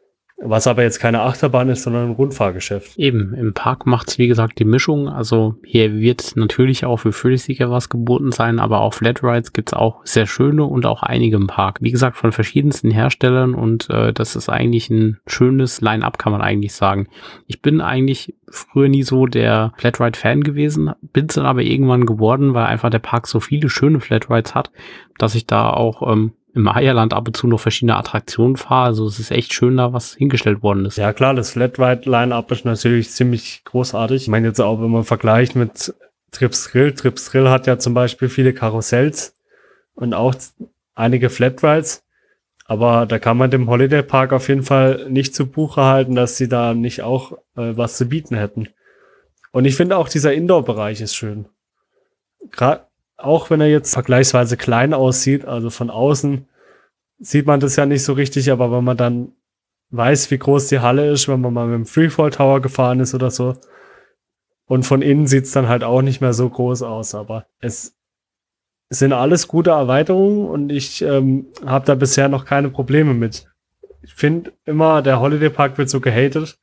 Was aber jetzt keine Achterbahn ist, sondern ein Rundfahrgeschäft. Eben, im Park macht's wie gesagt die Mischung. Also hier wird natürlich auch für Thrill-Seeker was geboten sein, aber auch Flatrides gibt's auch sehr schöne und auch einige im Park. Wie gesagt, von verschiedensten Herstellern, und äh, das ist eigentlich ein schönes Line-Up, kann man eigentlich sagen. Ich bin eigentlich früher nie so der Flatride-Fan gewesen, bin's dann aber irgendwann geworden, weil einfach der Park so viele schöne Flatrides hat, dass ich da auch ähm, im Eierland ab und zu noch verschiedene Attraktionen fahre. Also es ist echt schön, da was hingestellt worden ist. Ja klar, das Flatride-Line-Up ist natürlich ziemlich großartig. Ich meine jetzt auch, wenn man vergleicht mit Trips Drill. Trips Drill hat ja zum Beispiel viele Karussells und auch einige Flatrides. Aber da kann man dem Holiday Park auf jeden Fall nicht zu Buche halten, dass sie da nicht auch äh, was zu bieten hätten. Und ich finde auch, dieser Indoor-Bereich ist schön. Gerade auch wenn er jetzt vergleichsweise klein aussieht, also von außen sieht man das ja nicht so richtig, aber wenn man dann weiß, wie groß die Halle ist, wenn man mal mit dem Freefall Tower gefahren ist oder so, und von innen sieht's dann halt auch nicht mehr so groß aus, aber es sind alles gute Erweiterungen, und ich ähm, habe da bisher noch keine Probleme mit. Ich finde immer, der Holiday Park wird so gehatet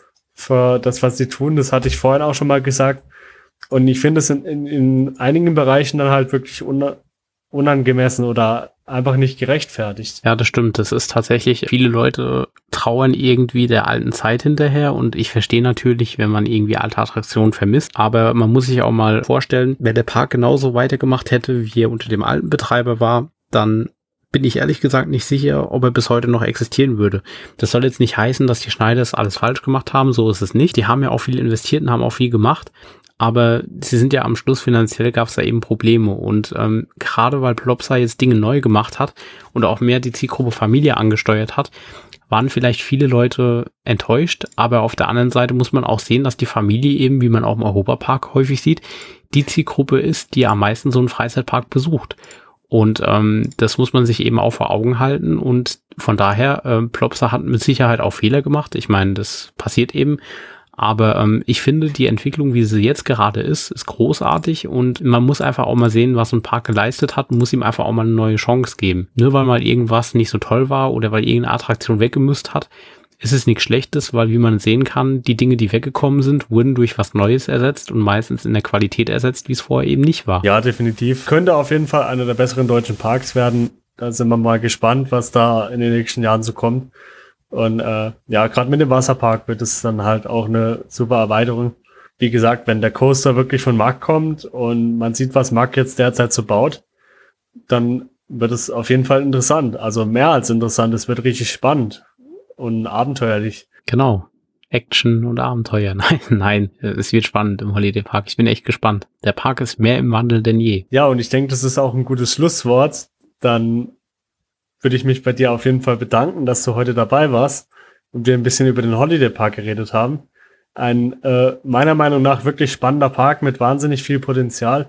für das, was sie tun. Das hatte ich vorhin auch schon mal gesagt. Und ich finde es in, in, in einigen Bereichen dann halt wirklich un, unangemessen oder einfach nicht gerechtfertigt. Ja, das stimmt. Das ist tatsächlich, viele Leute trauern irgendwie der alten Zeit hinterher, und ich verstehe natürlich, wenn man irgendwie alte Attraktionen vermisst, aber man muss sich auch mal vorstellen, wenn der Park genauso weitergemacht hätte, wie er unter dem alten Betreiber war, dann bin ich ehrlich gesagt nicht sicher, ob er bis heute noch existieren würde. Das soll jetzt nicht heißen, dass die Schneiders alles falsch gemacht haben, so ist es nicht. Die haben ja auch viel investiert und haben auch viel gemacht. Aber sie sind ja am Schluss, finanziell gab es da eben Probleme, und ähm, gerade weil Plopsa jetzt Dinge neu gemacht hat und auch mehr die Zielgruppe Familie angesteuert hat, waren vielleicht viele Leute enttäuscht, aber auf der anderen Seite muss man auch sehen, dass die Familie eben, wie man auch im Europapark häufig sieht, die Zielgruppe ist, die am meisten so einen Freizeitpark besucht. Und ähm, das muss man sich eben auch vor Augen halten, und von daher, äh, Plopsa hat mit Sicherheit auch Fehler gemacht. Ich meine, das passiert eben. Aber ähm, ich finde, die Entwicklung, wie sie jetzt gerade ist, ist großartig, und man muss einfach auch mal sehen, was so ein Park geleistet hat, und muss ihm einfach auch mal eine neue Chance geben. Nur weil mal irgendwas nicht so toll war oder weil irgendeine Attraktion weggemüsst hat, ist es nichts Schlechtes, weil, wie man sehen kann, die Dinge, die weggekommen sind, wurden durch was Neues ersetzt und meistens in der Qualität ersetzt, wie es vorher eben nicht war. Ja, definitiv. Könnte auf jeden Fall einer der besseren deutschen Parks werden. Da sind wir mal gespannt, was da in den nächsten Jahren so kommt. Und äh, ja, gerade mit dem Wasserpark wird es dann halt auch eine super Erweiterung. Wie gesagt, wenn der Coaster wirklich von Mark kommt und man sieht, was Mark jetzt derzeit so baut, dann wird es auf jeden Fall interessant. Also mehr als interessant, es wird richtig spannend und abenteuerlich. Genau. Action und Abenteuer. Nein, nein, es wird spannend im Holiday Park. Ich bin echt gespannt. Der Park ist mehr im Wandel denn je. Ja, und ich denke, das ist auch ein gutes Schlusswort. Dann würde ich mich bei dir auf jeden Fall bedanken, dass du heute dabei warst und wir ein bisschen über den Holiday Park geredet haben. Ein äh, meiner Meinung nach wirklich spannender Park mit wahnsinnig viel Potenzial,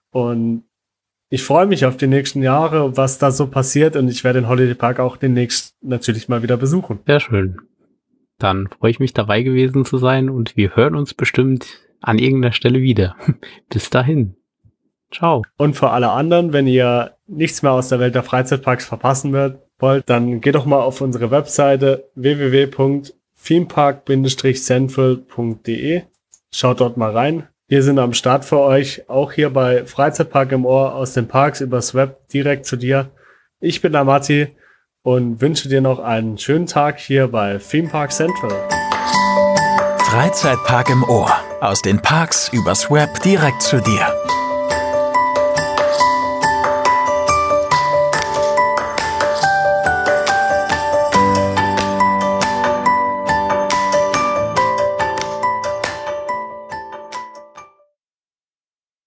und ich freue mich auf die nächsten Jahre, was da so passiert, und ich werde den Holiday Park auch demnächst natürlich mal wieder besuchen. Sehr schön. Dann freue ich mich, dabei gewesen zu sein, und wir hören uns bestimmt an irgendeiner Stelle wieder. Bis dahin. Ciao. Und für alle anderen, wenn ihr nichts mehr aus der Welt der Freizeitparks verpassen wollt, dann geht doch mal auf unsere Webseite w w w punkt themepark Bindestrich central punkt d e. Schaut dort mal rein. Wir sind am Start für euch, auch hier bei Freizeitpark im Ohr, aus den Parks übers Web direkt zu dir. Ich bin der Matti und wünsche dir noch einen schönen Tag hier bei Themepark Central. Freizeitpark im Ohr, aus den Parks übers Web direkt zu dir.